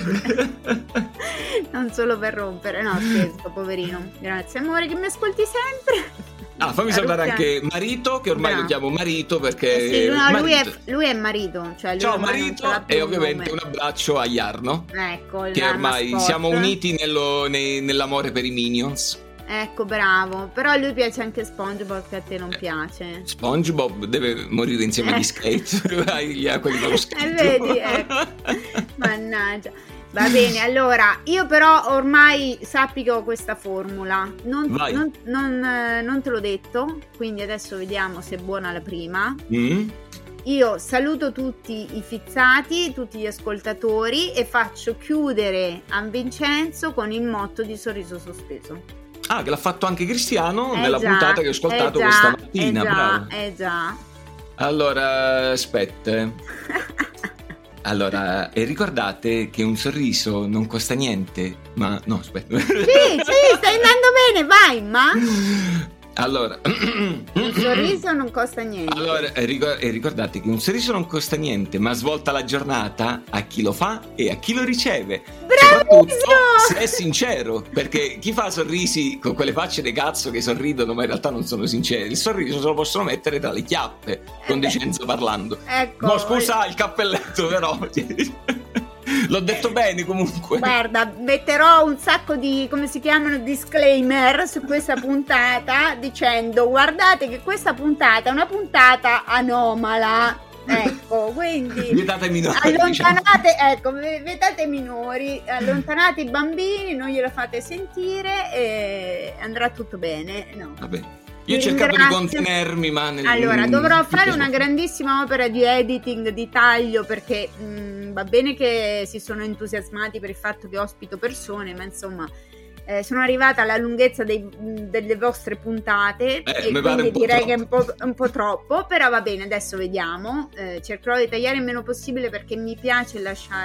Non solo per rompere, no, scherzo, poverino. Grazie amore che mi ascolti sempre. Fammi salutare anche marito, che ormai lo chiamo marito perché sì, no, lui è marito, cioè lui ciao marito, e ovviamente un abbraccio a Jarno, ecco, che ormai mascotte. Siamo uniti nell'amore per i Minions. Ecco, bravo. Però a lui piace anche SpongeBob, che a te non piace. SpongeBob deve morire insieme agli skate. A quelli dello skate. Vedi, ecco. Mannaggia. Va bene, allora, io però ormai sappi che ho questa formula, non te l'ho detto, quindi adesso vediamo se è buona la prima. Io saluto tutti i fizzati, tutti gli ascoltatori e faccio chiudere a Vincenzo con il motto di Sorriso Sospeso. Che l'ha fatto anche Cristiano nella puntata che ho ascoltato questa mattina. Bravo. Già. Allora, aspetta. Allora, e ricordate che un sorriso non costa niente, ma no, aspetta. Sì, stai andando bene, vai, ma... Allora, un sorriso non costa niente. Allora, ricordate che un sorriso non costa niente, ma svolta la giornata a chi lo fa e a chi lo riceve. Bravissimo! Se è sincero, perché chi fa sorrisi con quelle facce di cazzo che sorridono ma in realtà non sono sinceri, il sorriso se lo possono mettere tra le chiappe, con decenza parlando. Ecco. No, scusa, il cappelletto però... L'ho detto bene comunque. Guarda, metterò un sacco di, come si chiamano, disclaimer su questa puntata dicendo: guardate che questa puntata è una puntata anomala. Ecco, quindi vietate minori, allontanate, ecco, vietate minori, allontanate i bambini, non glielo fate sentire e andrà tutto bene. No. Vabbè. Io ho cercato di contenermi, ma allora dovrò fare una grandissima opera di editing, di taglio, perché va bene che si sono entusiasmati per il fatto che ospito persone, ma insomma sono arrivata alla lunghezza delle vostre puntate e quindi direi che è un po' troppo, però va bene, adesso vediamo, cercherò di tagliare il meno possibile perché mi piace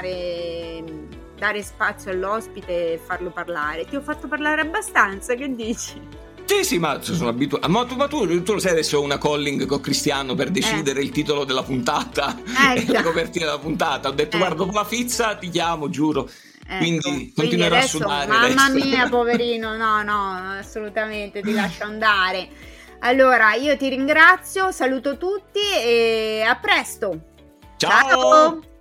dare spazio all'ospite e farlo parlare. Ti ho fatto parlare abbastanza, che dici? Sì, ma sono abituato. Ma tu lo sai, adesso ho una calling con Cristiano per decidere il titolo della puntata e la copertina della puntata. Ho detto, guarda, dopo la fizza ti chiamo, giuro. Quindi continuerò a sudare. Mamma mia, poverino, no, assolutamente, ti lascio andare. Allora, io ti ringrazio, saluto tutti e a presto. Ciao.